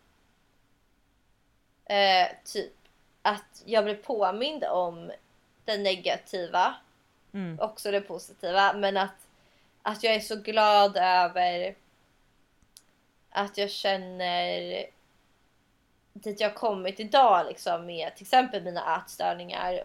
typ att jag blev påmind om det negativa, också det positiva, men att jag är så glad över att jag känner dit jag kommit idag liksom, med till exempel mina ätstörningar,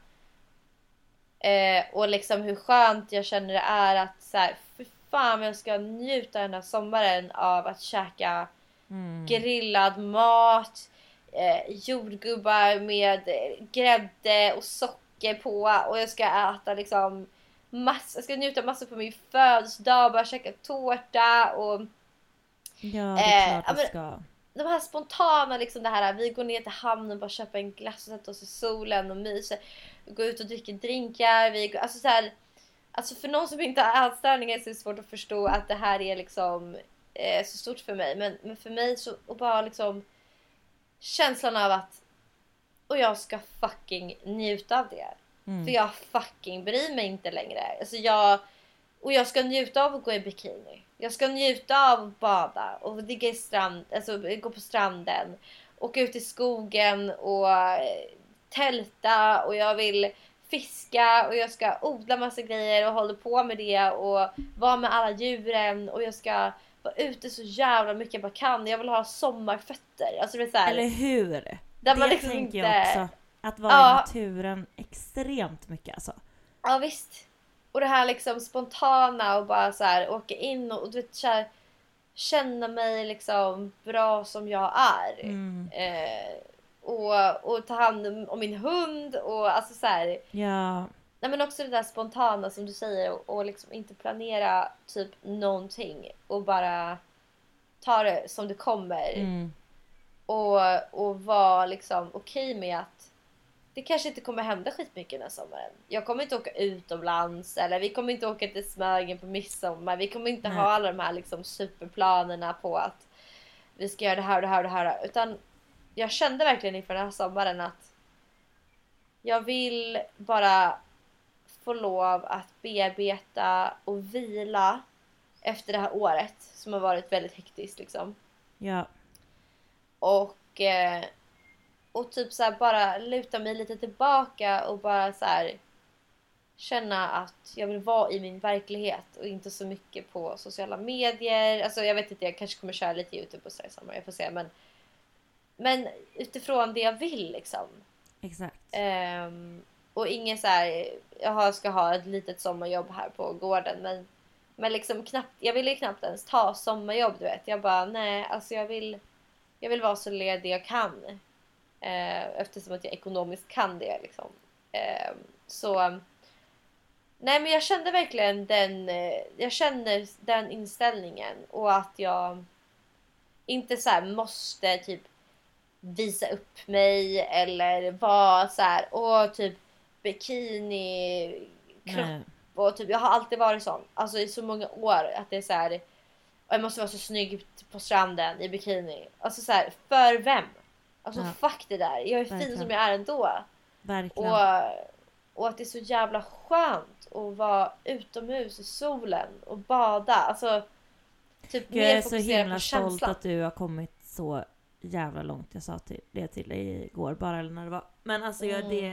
och liksom hur skönt jag känner det är att så här, för fan jag ska njuta den här sommaren av att käka grillad mat, jordgubbar med grädde och socker på, och jag ska äta liksom jag ska njuta massor på min födelsedag, bara käka tårta och ja, det är klart du ska. De här spontana liksom, det här vi går ner till hamnen och bara köper en glass och sätter oss i solen och myser, gå ut och dricker drinkar, alltså så här, alltså för någon som inte har ätstörningar så är det svårt att förstå att det här är liksom så stort för mig, men för mig så, och bara liksom känslan av att, och jag ska fucking njuta av det. För jag fucking bryr mig inte längre. Alltså jag ska njuta av att gå i bikini. Jag ska njuta av att bada och ligga i alltså gå på stranden, åka ut i skogen och tälta, och jag vill fiska, och jag ska odla massa grejer och hålla på med det och vara med alla djuren, och jag ska vara ute så jävla mycket jag bara kan. Jag vill ha sommarfötter. Alltså det är så här, eller hur? Där det man liksom tänker inte... jag också. Att vara i naturen extremt mycket alltså. Ja visst. Och det här liksom spontana och bara så här åka in och du vet så här, känna mig liksom bra som jag är. och ta hand om min hund och alltså så här. Ja. Nej, men också det där spontana som du säger och liksom inte planera typ någonting och bara ta det som det kommer. Och vara liksom okej med att det kanske inte kommer hända skitmycket den här sommaren. Jag kommer inte åka utomlands eller vi kommer inte åka till Smögen på midsommar. Vi kommer inte ha alla de här liksom superplanerna på att vi ska göra det här och det här och det här. Utan jag kände verkligen inför den här sommaren att jag vill bara få lov att bearbeta och vila efter det här året som har varit väldigt hektiskt liksom. Ja. Och typ så här bara luta mig lite tillbaka och bara så här känna att jag vill vara i min verklighet och inte så mycket på sociala medier. Alltså jag vet inte, jag kanske kommer köra lite YouTube och så här samma, jag får se, men utifrån det jag vill liksom. Exakt. Och ingen så här, jag ska ha ett litet sommarjobb här på gården, men liksom knappt, jag ville knappt ens ta sommarjobb, du vet. Jag bara nej, alltså jag vill vara så ledig jag kan. Eftersom att jag ekonomiskt kan det liksom. Så nej, men jag kände verkligen den inställningen och att jag inte så här måste typ visa upp mig eller vara så här typ bikini kropp och typ jag har alltid varit sån, alltså i så många år att det är så här, jag måste vara så snygg på stranden i bikini. Alltså så här, för vem? Alltså fuck det där. Jag är fin som jag är ändå. Verkligen. Och att det är så jävla skönt att vara utomhus i solen och bada. Alltså typ jag är så fokusera himla på stolt känslan. att du har kommit så jävla långt. Jag sa det till dig igår bara, eller när det var. Men alltså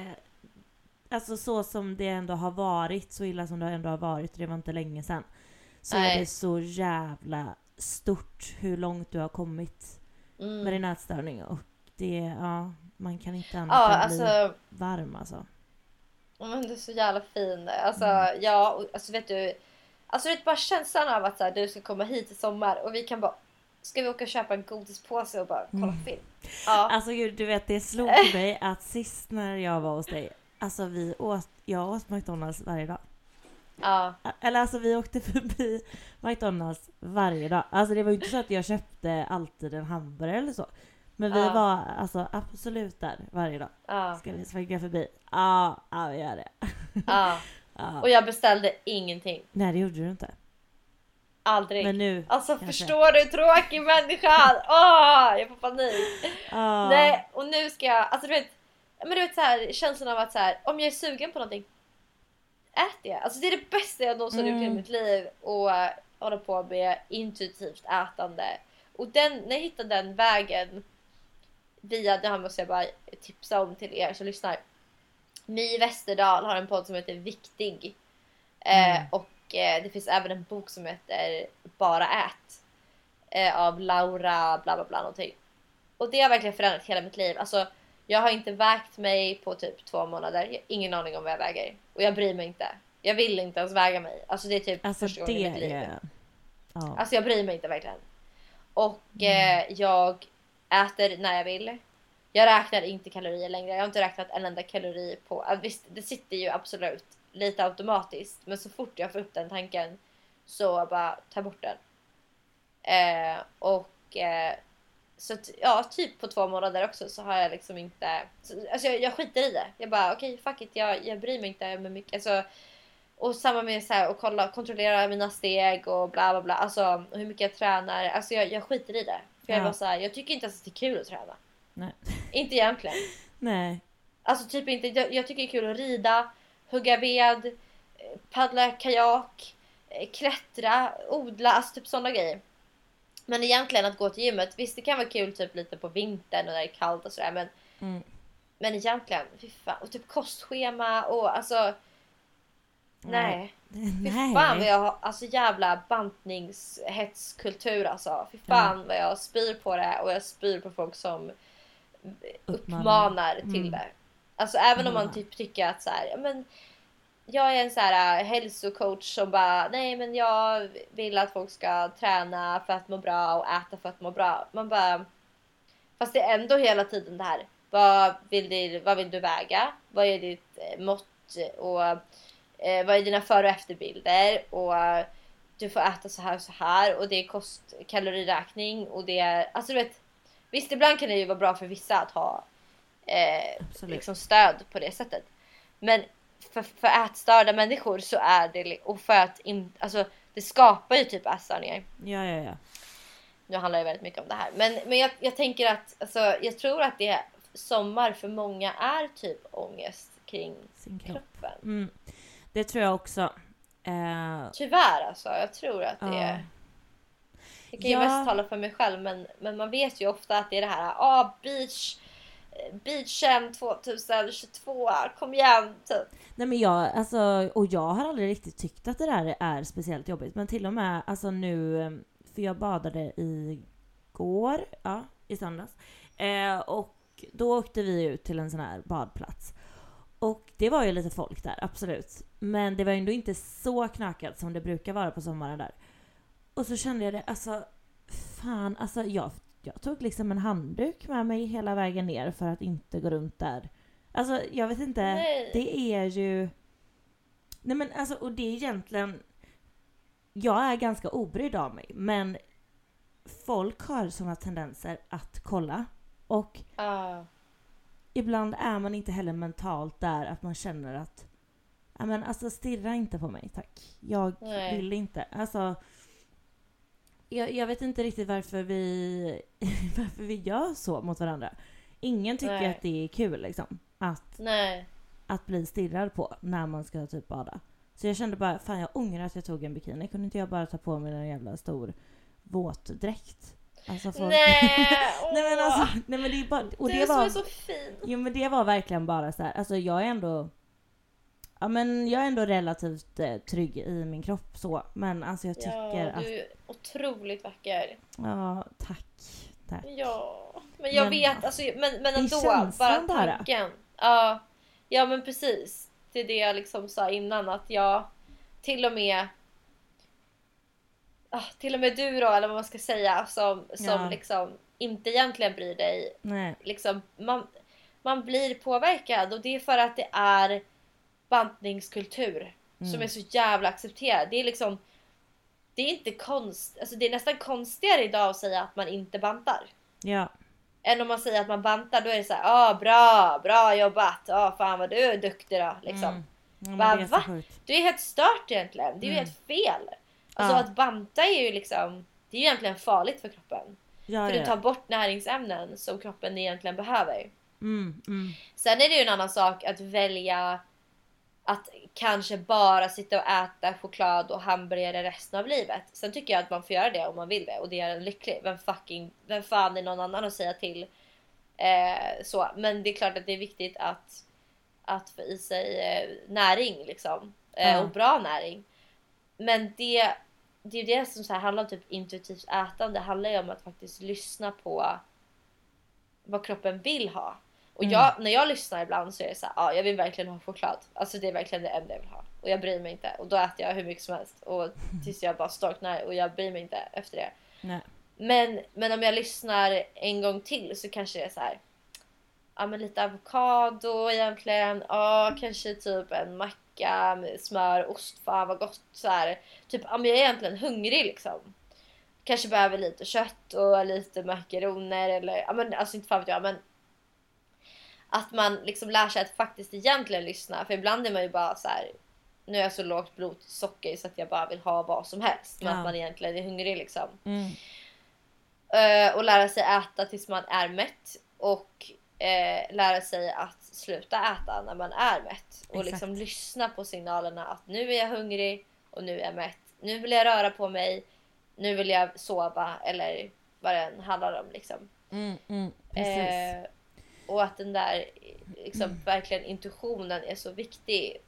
alltså så som det ändå har varit, så illa som det ändå har varit, det var inte länge sedan. Så är det så jävla stort hur långt du har kommit med din ätstörning. Och det, man kan inte annat än bli varm alltså. Men det är så jävla fin. Alltså, alltså vet du, alltså det är bara känslan av att så här, du ska komma hit i sommar och vi kan bara, ska vi åka och köpa en godispåse och bara kolla film? Ja. Alltså gud, du vet, det slog mig att sist när jag var hos dig, alltså jag åt McDonalds varje dag. Ja. Eller alltså vi åkte förbi McDonalds varje dag. Alltså det var ju inte så att jag köpte alltid en hamburgare eller så. Men vi var alltså absolut där varje dag. Ska vi svänga förbi? Ja, vi gör det. Ja. Och jag beställde ingenting. Nej, det gjorde du inte. Aldrig. Men nu alltså kanske. Förstår du, tråkig människa. Jag får panik. Nej, och nu ska jag, alltså du vet så här, känslan av att så här, om jag är sugen på någonting, äter jag. Alltså det är det bästa jag någonsin gjort i mitt liv. Och hålla på med intuitivt ätande. Och när jag hittade den vägen via, det här måste jag bara tipsa om till er som lyssnar. My Westerdahl har en podd som heter Viktig. Och det finns även en bok som heter Bara ät. Av Laura bla bla bla någonting. Och det har verkligen förändrat hela mitt liv. Alltså jag har inte vägt mig på typ 2 månader. Jag har ingen aning om vad jag väger. Och jag bryr mig inte. Jag vill inte ens väga mig. Alltså det är typ första gången i mitt liv. Alltså jag bryr mig inte verkligen. Och jag äter när jag vill. Jag räknar inte kalorier längre. Jag har inte räknat en enda kalori på. Visst, det sitter ju absolut lite automatiskt. Men så fort jag får upp den tanken så bara ta bort den. Så typ på 2 månader också så har jag liksom inte... Alltså jag skiter i det. Jag bara okej, fuck it. Jag bryr mig inte med mycket. Alltså, och samma med så här, och kontrollera mina steg och bla bla bla. Alltså hur mycket jag tränar. Alltså jag skiter i det. För jag bara så här, jag tycker inte att det är kul att träna. Nej. Inte egentligen. Nej. Alltså typ inte. Jag tycker det är kul att rida, hugga ved, paddla kajak, klättra, odla, alltså typ sådana grejer. Men egentligen att gå till gymmet, visst det kan vara kul typ lite på vintern och när det är kallt och sådär, men egentligen, fy fan, och typ kostschema och alltså nej. Fy fan vad jag har, alltså jävla bantningshetskultur alltså. Fy fan vad jag spyr på det och jag spyr på folk som uppmanar till det. Alltså även om man typ tycker att så här, ja, men jag är en så här hälsocoach som bara, nej men jag vill att folk ska träna för att må bra och äta för att må bra. Man bara, fast det är ändå hela tiden det här. vad vill du väga? Vad är ditt mått? Och vad är dina före- och efterbilder? Och du får äta så här och så här. Och det är kaloriräkning. Och det är, alltså du vet, visst ibland kan det ju vara bra för vissa att ha liksom stöd på det sättet. Men för ätstörda människor så är det, och för att alltså det skapar ju typ ätstörningar. Ja. Nu handlar det väldigt mycket om det här. Men jag tänker att, alltså, jag tror att det sommar för många är typ ångest kring sin kroppen. Det tror jag också. Tyvärr alltså, jag tror att det är... Jag kan ju mest tala för mig själv, men man vet ju ofta att det är det här, beachen 2022, kom igen typ. Nej men och jag har aldrig riktigt tyckt att det där är speciellt jobbigt, men till och med alltså nu, för jag badade igår, i söndags, och då åkte vi ut till en sån här badplats. Och det var ju lite folk där, absolut. Men det var ju ändå inte så knakat som det brukar vara på sommaren där. Och så kände jag det, alltså fan, alltså jag tog liksom en handduk med mig hela vägen ner för att inte gå runt där. Alltså jag vet inte, det är ju... Nej men alltså, och det är egentligen... Jag är ganska obrydd av mig, men folk har såna tendenser att kolla. Och ibland är man inte heller mentalt där att man känner att men alltså stirra inte på mig, tack. Jag vill inte. Alltså jag vet inte riktigt varför vi gör så mot varandra. Ingen tycker att det är kul liksom att bli stirrad på när man ska typ bada. Så jag kände bara, fan jag ångrar att jag tog en bikini. Kunde inte jag bara ta på mig en jävla stor våtdräkt? Alltså nej men det är bara, och det var så fin. Jo men det var verkligen bara så här, alltså jag är ändå relativt trygg i min kropp så, men alltså jag tycker att du är otroligt vacker. Ja, tack. Ja, men jag vet alltså, men ändå bara tanken. Ja men precis. Det är det jag liksom sa innan, att jag till och med du då, eller vad man ska säga, som liksom inte egentligen bryr dig. Nej. Liksom, man blir påverkad, och det är för att det är bantningskultur som är så jävla accepterad. Det är liksom, det är inte alltså det är nästan konstigare idag att säga att man inte bantar. Ja. Än om man säger att man bantar, då är det så här, bra jobbat, fan vad du är duktig då, liksom. Va? Du är helt stört egentligen, det är ju helt fel. Alltså att banta är ju liksom, det är ju egentligen farligt för kroppen. För du tar bort näringsämnen som kroppen egentligen behöver. Sen är det ju en annan sak att välja att kanske bara sitta och äta choklad och hamburgare resten av livet. Sen tycker jag att man får göra det om man vill det, och det är en lycklig. Vem fan är någon annan att säga till så. Men det är klart att det är viktigt att få i sig näring liksom, och bra näring. Men det är ju det som så här handlar om typ intuitivt ätande. Det handlar ju om att faktiskt lyssna på vad kroppen vill ha. Och när jag lyssnar ibland så är det så här, jag vill verkligen ha choklad. Alltså det är verkligen det enda jag vill ha. Och jag bryr mig inte. Och då äter jag hur mycket som helst. Och tills jag bara storknar, och jag bryr mig inte efter det. Nej. Men om jag lyssnar en gång till så kanske det är så här, men lite avokado egentligen. Kanske typ en macka med smör, ost, fan vad gott så här. Typ, jag är egentligen hungrig liksom. Kanske behöver lite kött och lite makaroner eller, men alltså inte fan vet jag, men att man liksom lär sig att faktiskt egentligen lyssna. För ibland är man ju bara så här, nu är jag så lågt blodsocker så att jag bara vill ha vad som helst. Men att man egentligen är hungrig liksom. Och lära sig äta tills man är mätt. Och lära sig att sluta äta när man är mätt. Och liksom lyssna på signalerna att nu är jag hungrig och nu är jag mätt. Nu vill jag röra på mig. Nu vill jag sova. Eller vad det handlar om liksom. Precis. Och att den där liksom, verkligen intuitionen är så viktig.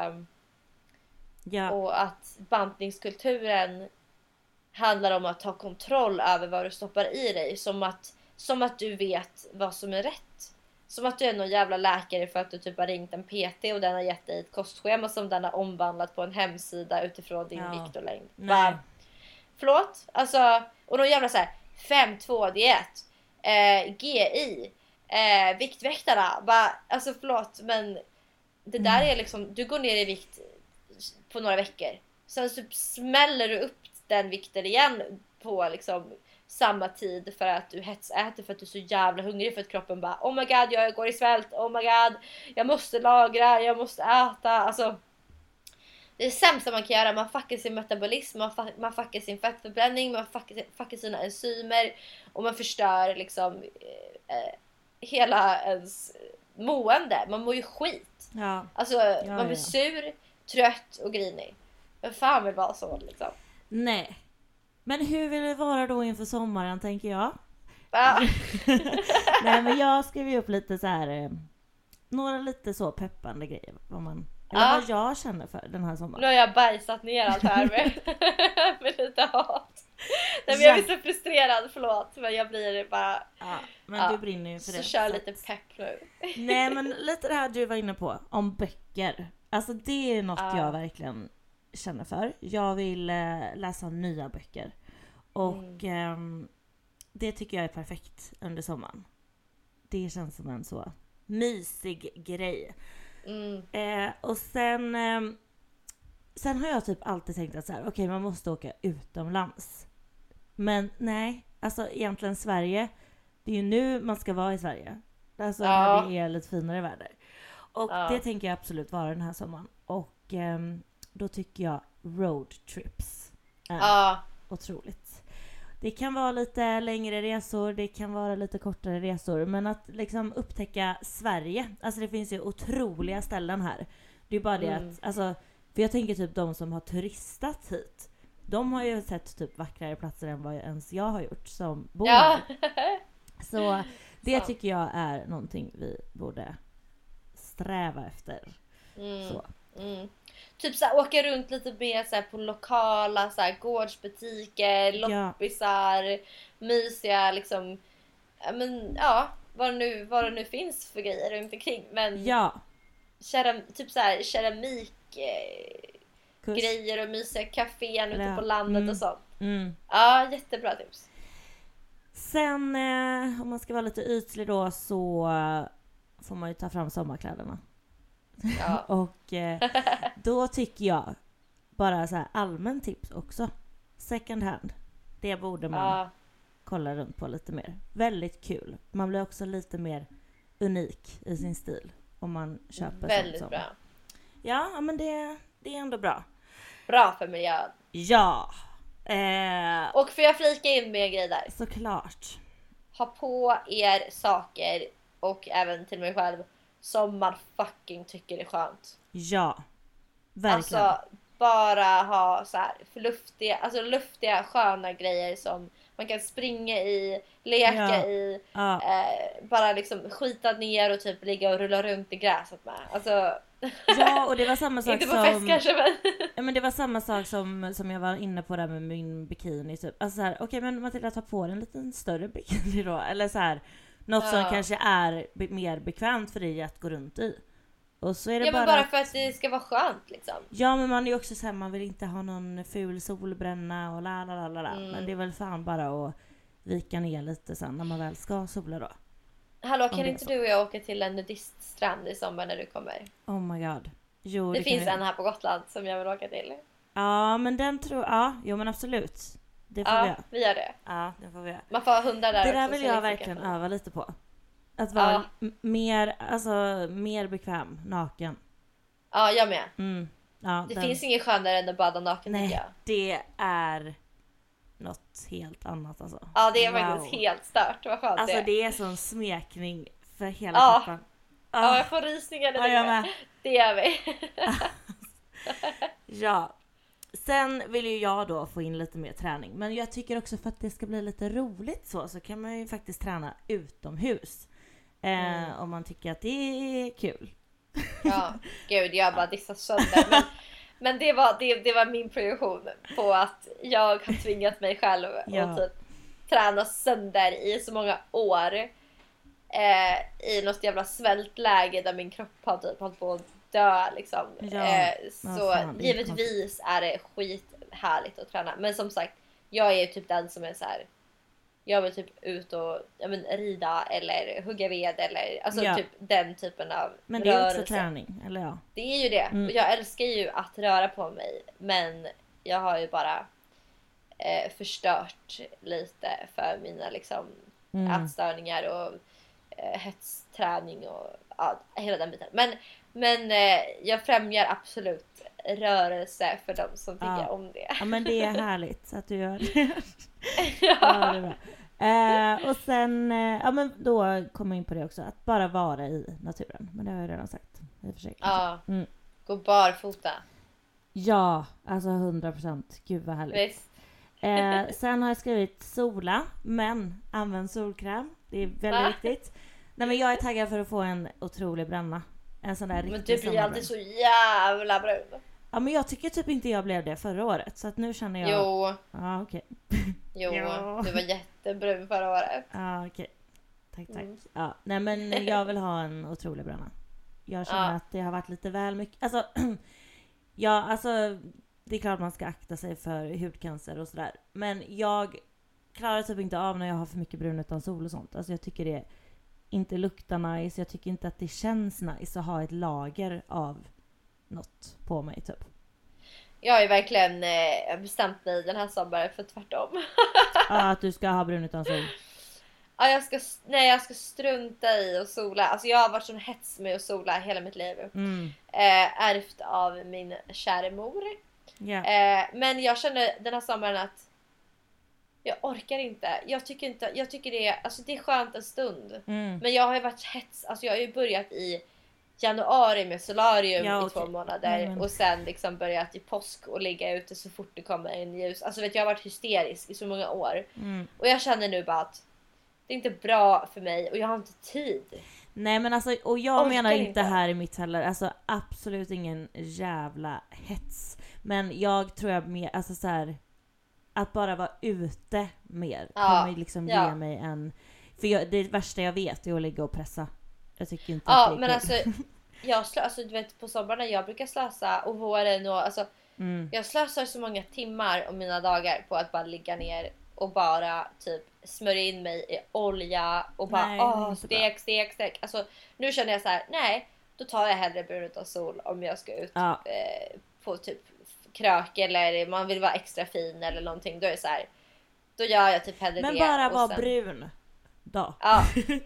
Och att bantningskulturen handlar om att ta kontroll över vad du stoppar i dig. Som att du vet vad som är rätt. Som att du är någon jävla läkare för att du typ har ringt en PT och den har gett dig ett kostschema som den har omvandlat på en hemsida utifrån din vikt och längd. Förlåt? Alltså, och någon jävla så här 5-2 diet, GI, Viktväktarna. Bara, alltså förlåt, men det där är liksom, du går ner i vikt på några veckor. Sen så smäller du upp den vikten igen på liksom samma tid för att du hetsäter för att du är så jävla hungrig för att kroppen bara oh my god, jag går i svält, oh my god, jag måste lagra, jag måste äta. Alltså det är sämsta man kan göra. Man fuckar sin metabolism, man fuckar sin fettförbränning, man fuckar sina enzymer och man förstör liksom hela ens mående. Man mår ju skit. Ja. Alltså man blir sur, trött och grinig. Men fan vill vara så liksom. Nej. Men hur vill det vara då inför sommaren, tänker jag? Nej, men jag skrev ju upp lite så här några lite så peppande grejer vad jag känner för den här sommaren. Nu har jag bajsat ner allt här med lite hat. Nej, men jag blir så frustrerad, förlåt. Men jag blir bara... Ja, men du brinner ju för det. Så kör lite pepp nu. Nej, men lite det här du var inne på, om böcker. Alltså det är något jag verkligen känner för. Jag vill läsa nya böcker. Och det tycker jag är perfekt under sommaren. Det känns som en så mysig grej. Och sen har jag typ alltid tänkt att så här, okej, man måste åka utomlands. Men nej, alltså egentligen Sverige, det är ju nu man ska vara i Sverige. Alltså när det är lite finare väder. Och det tänker jag absolut vara den här sommaren. Och då tycker jag roadtrips är otroligt. Det kan vara lite längre resor, det kan vara lite kortare resor. Men att liksom upptäcka Sverige. Alltså det finns ju otroliga ställen här. Det är bara det att, alltså, för jag tänker typ de som har turistat hit. De har ju sett typ vackrare platser än vad ens jag har gjort som bor här. Så det tycker jag är någonting vi borde sträva efter. Så. Typ så här, åka runt lite mer så här, på lokala så här, gårdsbutiker, loppisar, mysiga liksom, men vad det nu finns för grejer runt omkring. Men typ så här keramik grejer och mysiga kaféer ute på landet och sånt. Ja, jättebra tips. Sen om man ska vara lite ytlig då, så får man ju ta fram sommarkläderna. Ja. Och då tycker jag bara så här allmän tips också. Second hand. Det borde man kolla runt på lite mer. Väldigt kul. Man blir också lite mer unik i sin stil om man köper väldigt sånt bra. Ja, men det är ändå bra. Bra för miljön. Ja. Och får jag flika in med en grej där? Såklart. Ha på er saker och även till mig själv som man fucking tycker är skönt. Ja, verkligen. Alltså bara ha så här luftiga sköna grejer som man kan springa i, leka i, bara liksom skita ner och typ ligga och rulla runt i gräset med. Alltså ja, och det var samma sak inte på fest kanske, men ja, men det var samma sak som jag var inne på där med min bikini typ. Alltså så här, okej, men Matilda, ta på en liten större bikini då, eller så här något som kanske är mer bekvämt för dig att gå runt i. Och så är det men bara för att det ska vara skönt liksom. Ja, men man är ju också så här, man vill inte ha någon ful solbränna och men det är väl fan bara att vika ner lite sen när man väl ska sola då. Hallå, kan inte du och jag åka till en nudiststrand i sommar när du kommer? Oh my god. Jo, det finns en här på Gotland som jag vill åka till. Ja, men den jo men absolut. Det får vi gör det. Ja, det får vi göra. Man får ha hundar där också. Det där vill jag verkligen öva lite på. Att vara mer bekväm, naken. Ja, jag med. Det finns ingen skönare än att bada naken. Nej, det är något helt annat alltså. Ja, det är faktiskt helt stört. Vad skönt alltså, det är sån smekning för hela kroppen. Ja, jag får rysningar nu. Det gör vi. Ja. Sen vill ju jag då få in lite mer träning. Men jag tycker också för att det ska bli lite roligt så kan man ju faktiskt träna utomhus. Om man tycker att det är kul. Ja, gud, jag bara dissar sönder. Men det var min projektion på att jag har tvingat mig själv att typ träna sönder i så många år. I något jävla svältläge där min kropp har typ hållit på att dö liksom. Så givetvis är det skithärligt att träna. Men som sagt, jag är typ den som är så här jag vill typ ut och rida eller hugga ved eller alltså typ den typen av men det rörelse. är också träning, eller ja? Det är ju det. Och jag älskar ju att röra på mig, men jag har ju bara förstört lite för mina liksom ätstörningar och hetsträning och hela den biten. Men jag främjar absolut rörelse för de som tycker om det. Ja, men det är härligt att du gör det. Ja, det är bra. Och sen, men då kommer jag in på det också, att bara vara i naturen. Men det har jag redan sagt i och för sig. Ja, gå barfota. Ja, alltså 100%. Gud vad härligt. Visst. Sen har jag skrivit sola, men använd solkräm. Det är väldigt viktigt. Nej, men jag är taggad för att få en otrolig bränna. En sån där men du blir ju alltid så jävla brun. Ja, men jag tycker typ inte jag blev det förra året. Så att nu känner jag... Jo. Ja, okej. Jo, du var jättebrun förra året. Ja, okej. Tack. Ja, nej, men jag vill ha en otrolig bränna. Jag känner att det har varit lite väl mycket. Alltså, det är klart man ska akta sig för hudcancer och sådär. Men jag klarar typ inte av när jag har för mycket brun utan sol och sånt. Alltså jag tycker det inte luktar nice. Jag tycker inte att det känns nice att ha ett lager av något på mig typ. Jag har ju verkligen bestämt mig den här sommaren för tvärtom. Ja, att du ska ha brun utan sol. Ja, jag ska strunta i och sola. Alltså jag har varit sån hets med att sola hela mitt liv. Ärvt av min kära mor. Yeah. Men jag känner den här sommaren att jag orkar inte. Jag tycker det är skönt en stund. Men jag har ju varit hets. Alltså jag har ju börjat i januari med solarium i 2 månader. Och sen liksom börjat i påsk och ligga ute så fort det kommer en ljus. Alltså jag har varit hysterisk i så många år. Och jag känner nu bara att det är inte bra för mig och jag har inte tid. Nej, men alltså, och jag menar inte här i mitt heller. Alltså absolut ingen jävla hets. Men jag tror jag mer, alltså så här, att bara vara ute mer kommer liksom ge mig en... För det värsta jag vet är att ligga och pressa. Jag tycker inte att det är men kul. Alltså du vet på sommaren jag brukar slösa och våren och alltså jag slösar så många timmar om mina dagar på att bara ligga ner och bara typ smörja in mig i olja och bara stek. Alltså nu känner jag så här: nej, då tar jag hellre brun utan sol om jag ska ut på typ krök eller man vill vara extra fin eller någonting. Då är det så här, då gör jag typ hellre det. Men bara vara brun då. Ja.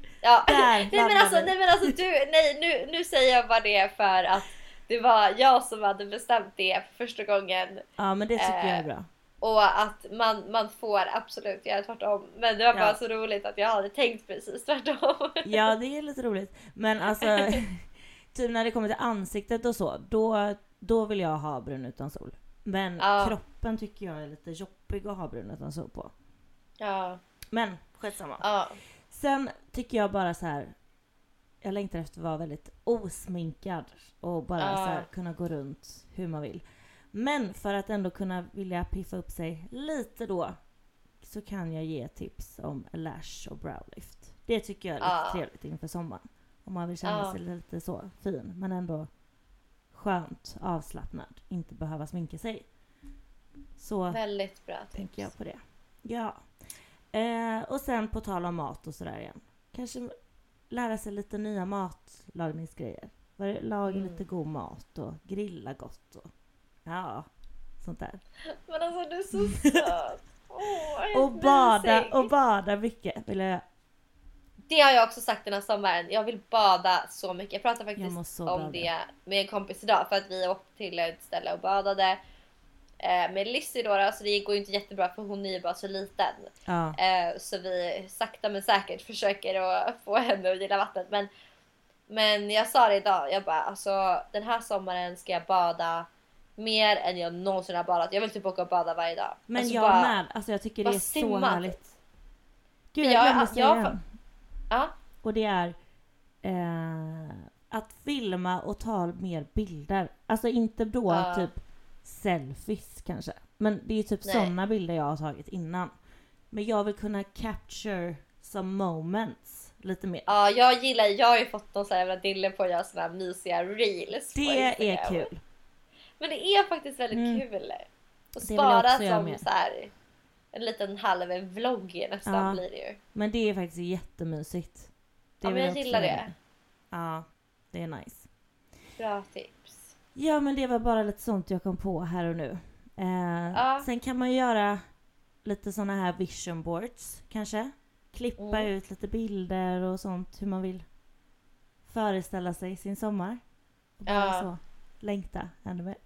nej men alltså nu säger jag bara det för att det var jag som hade bestämt det för första gången. Ja, men det tycker jag är bra. Och att man får absolut göra tvärtom. Men det var bara så roligt att jag hade tänkt precis tvärtom. Ja, det är lite roligt. Men alltså, typ när det kommer till ansiktet och så, då vill jag ha brun utan sol. Men kroppen tycker jag är lite jobbig att ha brun utan sol på. Ja. Men skitsamma. Sen tycker jag bara så här, jag längtar efter att vara väldigt osminkad och bara så här, kunna gå runt hur man vill. Men för att ändå kunna vilja piffa upp sig lite då, så kan jag ge tips om lash och browlift. Det tycker jag är lite trevligt inför sommaren. Om man vill känna sig lite så fin, men ändå skönt, avslappnad, inte behöva sminka sig. Så väldigt bra tips. Tänker jag på det. Ja. Och sen på tal om mat och sådär igen. Kanske lära sig lite nya matlagningsgrejer. Laga lite god mat och grilla gott och sånt där. Men alltså du är så söt. Och bada mycket vill jag. Det har jag också sagt den här sommaren. Jag vill bada så mycket. Jag pratade faktiskt om det med en kompis idag. För att vi åkte till ett ställe och badade med Lizzie då. Så det går ju inte jättebra för hon är ju bara så liten. Så vi sakta men säkert försöker att få henne att gilla vattnet. Men jag sa det idag. Jag bara, alltså den här sommaren ska jag bada mer än jag någonsin har badat. Jag vill typ åka och bada varje dag. Men alltså jag bara, med. Alltså jag tycker det är så härligt. Gud, jag glömde säga en. Och det är att filma och ta mer bilder. Alltså inte då typ selfies kanske. Men det är typ sådana bilder jag har tagit innan. Men jag vill kunna capture some moments lite mer. Ja, jag har ju fått någon sån här jävla dille på att göra såna här mysiga reels. Det är kul. Men det är faktiskt väldigt kul. Och spara som så här En liten halv vlogg nästan blir det ju. Men det är faktiskt jättemysigt. Det men jag gillar det. Ja, det är nice. Bra tips. Ja, men det var bara lite sånt jag kom på här och nu. Sen kan man göra lite såna här vision boards kanske. Klippa ut lite bilder och sånt hur man vill föreställa sig sin sommar. Och bara så längta ännu mer.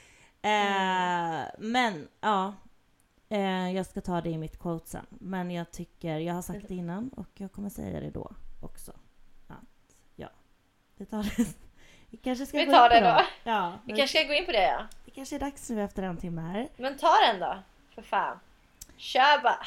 Men jag ska ta det i mitt quote sen. Men jag tycker, jag har sagt det innan och jag kommer säga det då också. Att vi tar det. Vi kanske ska gå in på det då. Ja, vi kanske ska gå in på det, ja. Det kanske är dags nu efter en timme här. Men ta den då, för fan. Kör bara.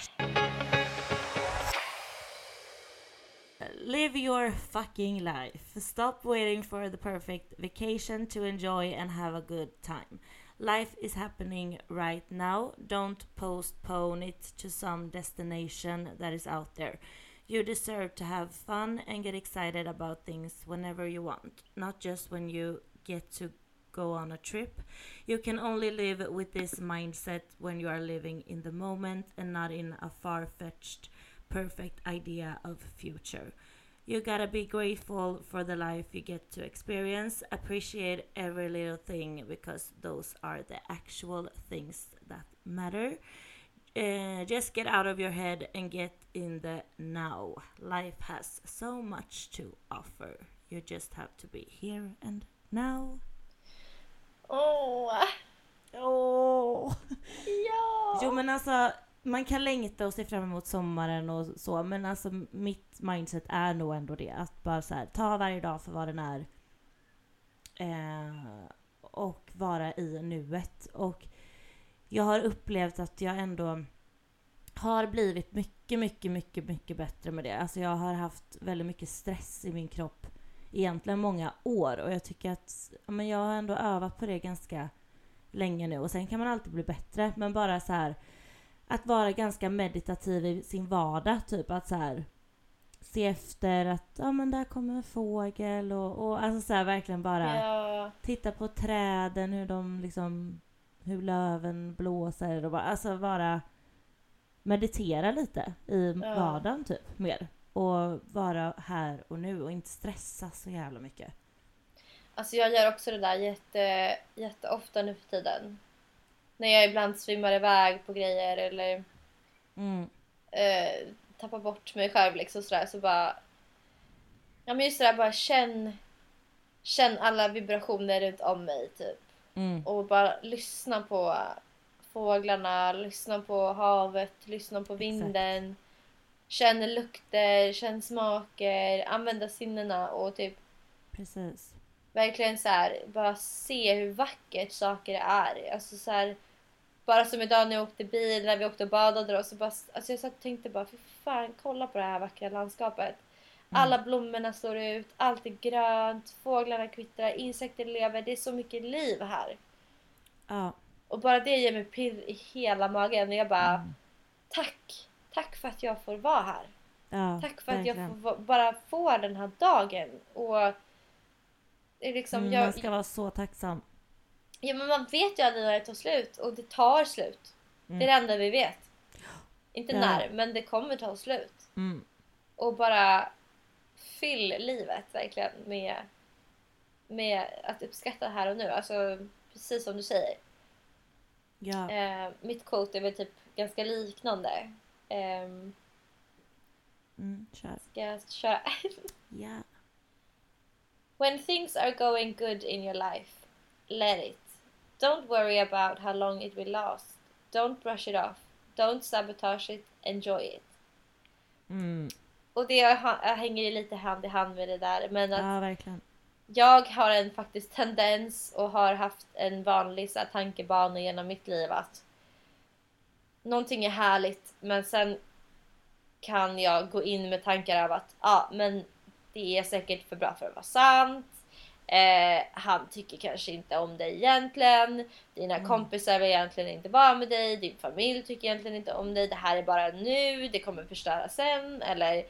Live your fucking life. Stop waiting for the perfect vacation to enjoy and have a good time. Life is happening right now. Don't postpone it to some destination that is out there. You deserve to have fun and get excited about things whenever you want, not just when you get to go on a trip. You can only live with this mindset when you are living in the moment and not in a far-fetched perfect idea of future. You gotta be grateful for the life you get to experience. Appreciate every little thing because those are the actual things that matter. Just get out of your head and get in the now. Life has so much to offer. You just have to be here and now. Ja. Jo, men alltså man kan längta och se fram emot sommaren och så, men alltså mitt mindset är nog ändå det, att bara så här, ta varje dag för vad den är och vara i nuet. Och jag har upplevt att jag ändå har blivit mycket bättre med det. Alltså jag har haft väldigt mycket stress i min kropp egentligen många år, och jag tycker att jag har ändå övat på det ganska länge nu, och sen kan man alltid bli bättre, men bara så här att vara ganska meditativ i sin vardag, typ att så här se efter att men där kommer en fågel och alltså så här verkligen bara titta på träden, hur de liksom, hur löven blåser och bara, alltså bara meditera lite i vardagen typ mer, och vara här och nu och inte stressa så jävla mycket. Alltså jag gör också det där jätteofta nu för tiden. När jag ibland svimmar iväg på grejer eller tappar bort mig själv liksom sådär, så bara men just sådär, bara känn alla vibrationer runt om mig typ. Och bara lyssna på fåglarna, lyssna på havet, lyssna på vinden. Exakt. Känn lukter, känn smaker, använda sinnena och typ precis. Verkligen så här, bara se hur vackert saker är. Alltså så här, bara som idag när jag åkte bil, när vi åkte och badade och så bara, alltså jag satt och tänkte bara, för fan, kolla på det här vackra landskapet. Alla blommorna står ut, allt är grönt, fåglarna kvittrar, insekter lever, det är så mycket liv här. Ja. Och bara det ger mig pirr i hela magen, och jag bara tack för att jag får vara här. Tack för verkligen. att jag får bara få den här dagen. Och liksom, man ska vara så tacksam. Ja, men man vet ju aldrig när det tar slut. Och det tar slut. Det är det enda vi vet. Inte när, men det kommer ta slut. Och bara fyll livet verkligen med att uppskatta här och nu. Alltså precis som du säger. Mitt quote är väl typ ganska liknande. Kör. Ska jag köra? Ja. When things are going good in your life, let it. Don't worry about how long it will last. Don't brush it off. Don't sabotage it. Enjoy it. Och det hänger ju lite hand i hand med det där. Men att verkligen. Jag har en faktiskt tendens och har haft en vanlig så här, tankebana genom mitt liv att någonting är härligt, men sen kan jag gå in med tankar av att men det är säkert för bra för att vara sant. Han tycker kanske inte om dig egentligen. Dina kompisar vill egentligen inte vara med dig. Din familj tycker egentligen inte om dig. Det här är bara nu. Det kommer förstöra sen. Eller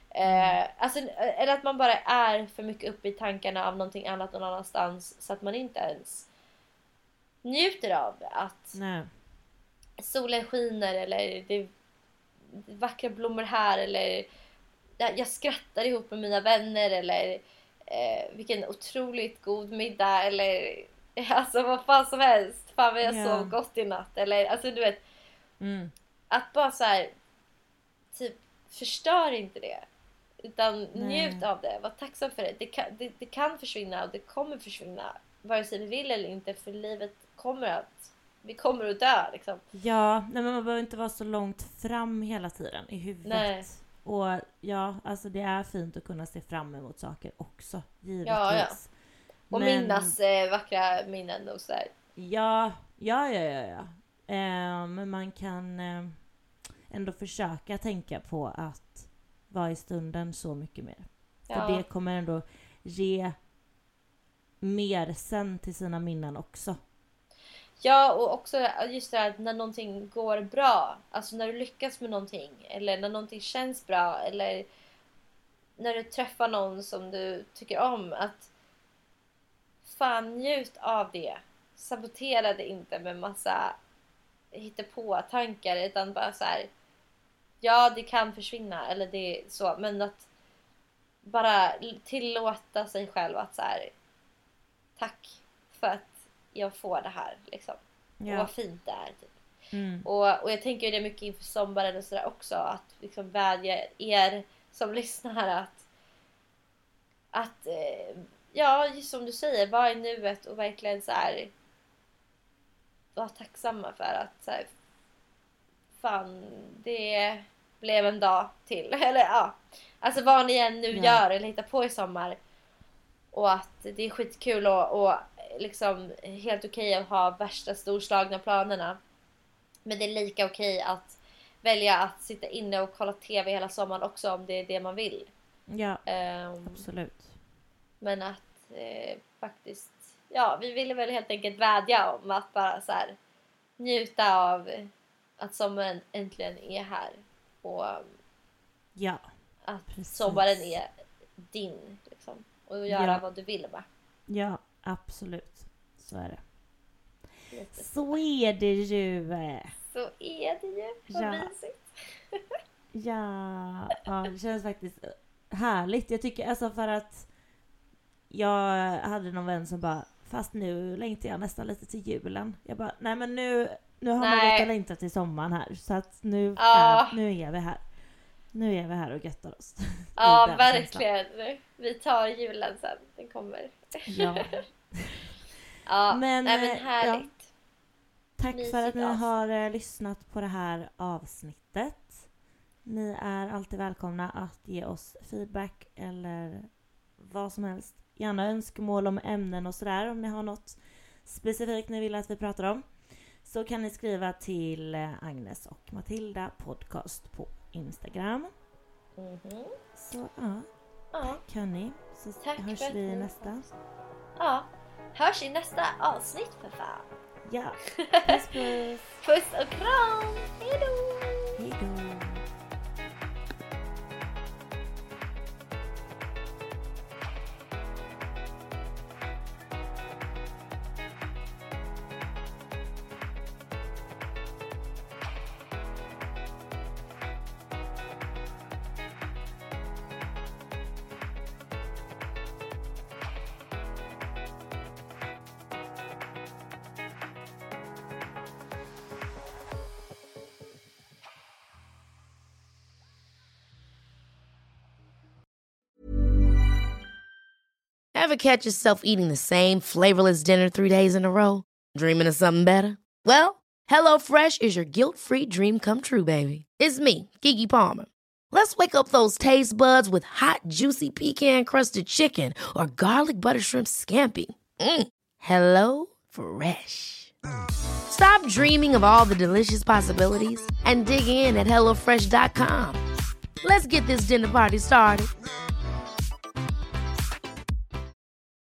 att man bara är för mycket uppe i tankarna av någonting annat någon annanstans, så att man inte ens njuter av att solen skiner eller det är vackra blommor här eller jag skrattar ihop med mina vänner eller vilken otroligt god middag eller alltså vad fan som helst. Fan vad jag sov gott i natt eller alltså du vet att bara så här typ förstör inte det utan njut av det, var tacksam för det. Det kan försvinna och det kommer försvinna vare sig vi vill eller inte för livet vi kommer att dö liksom. Ja, nej, men man behöver inte vara så långt fram hela tiden i huvudet. Nej. Och ja, alltså det är fint att kunna se fram emot saker också, givetvis. Ja. Och minnas vackra minnen och sådär. Ja. Men man kan ändå försöka tänka på att vara i stunden så mycket mer. För det kommer ändå ge mer sen till sina minnen också. Ja, och också just det här när någonting går bra. Alltså när du lyckas med någonting. Eller när någonting känns bra. Eller när du träffar någon som du tycker om. Att fan njut av det. Sabotera det inte med massa hittepå-tankar. Utan bara så här. Ja, det kan försvinna. Eller det är så. Men att bara tillåta sig själv att så här. Tack för att jag får det här liksom. Och vad fint det är typ. Och jag tänker det är mycket inför sommaren och sådär också att liksom vädja er som lyssnar att just som du säger, vara i nuet och verkligen så här vara tacksamma för att så här, fan det blev en dag till eller alltså vad ni än nu gör eller hittar på i sommar och att det är skitkul och liksom helt okej att ha värsta storslagna planerna. Men det är lika okej att välja att sitta inne och kolla tv hela sommaren också om det är det man vill. Ja, absolut. Men att faktiskt, vi ville väl helt enkelt vädja om att bara så här njuta av att sommaren äntligen är här. Och att sommaren är din liksom. Och göra vad du vill med. Ja. Absolut, så är det. Så är det ju. Vad mysigt. Det känns faktiskt härligt. Jag tycker alltså för att jag hade någon vän som bara, fast nu längtar jag nästan lite till julen. Jag bara, nej men nu har man rätt att längta till sommaren här. Så att nu är vi här. Nu är vi här och göttar oss. Ja, verkligen. Vi tar julen sen. Den kommer. Men härligt. Tack mysigt för att ni har lyssnat på det här avsnittet. Ni är alltid välkomna att ge oss feedback eller vad som helst. Gärna önskemål om ämnen och sådär. Om ni har något specifikt ni vill att vi pratar om. Så kan ni skriva till Agnes och Matilda podcast på Instagram. Så tack hörni. Så tack hörs vi i nästa. Hörs i nästa avsnitt för fan. Ja. Puss. Puss och kram. Hejdå. Ever catch yourself eating the same flavorless dinner 3 days in a row? Dreaming of something better? Well, HelloFresh is your guilt-free dream come true, baby. It's me, Keke Palmer. Let's wake up those taste buds with hot, juicy pecan-crusted chicken or garlic butter shrimp scampi. Hello Fresh. Stop dreaming of all the delicious possibilities and dig in at HelloFresh.com. Let's get this dinner party started.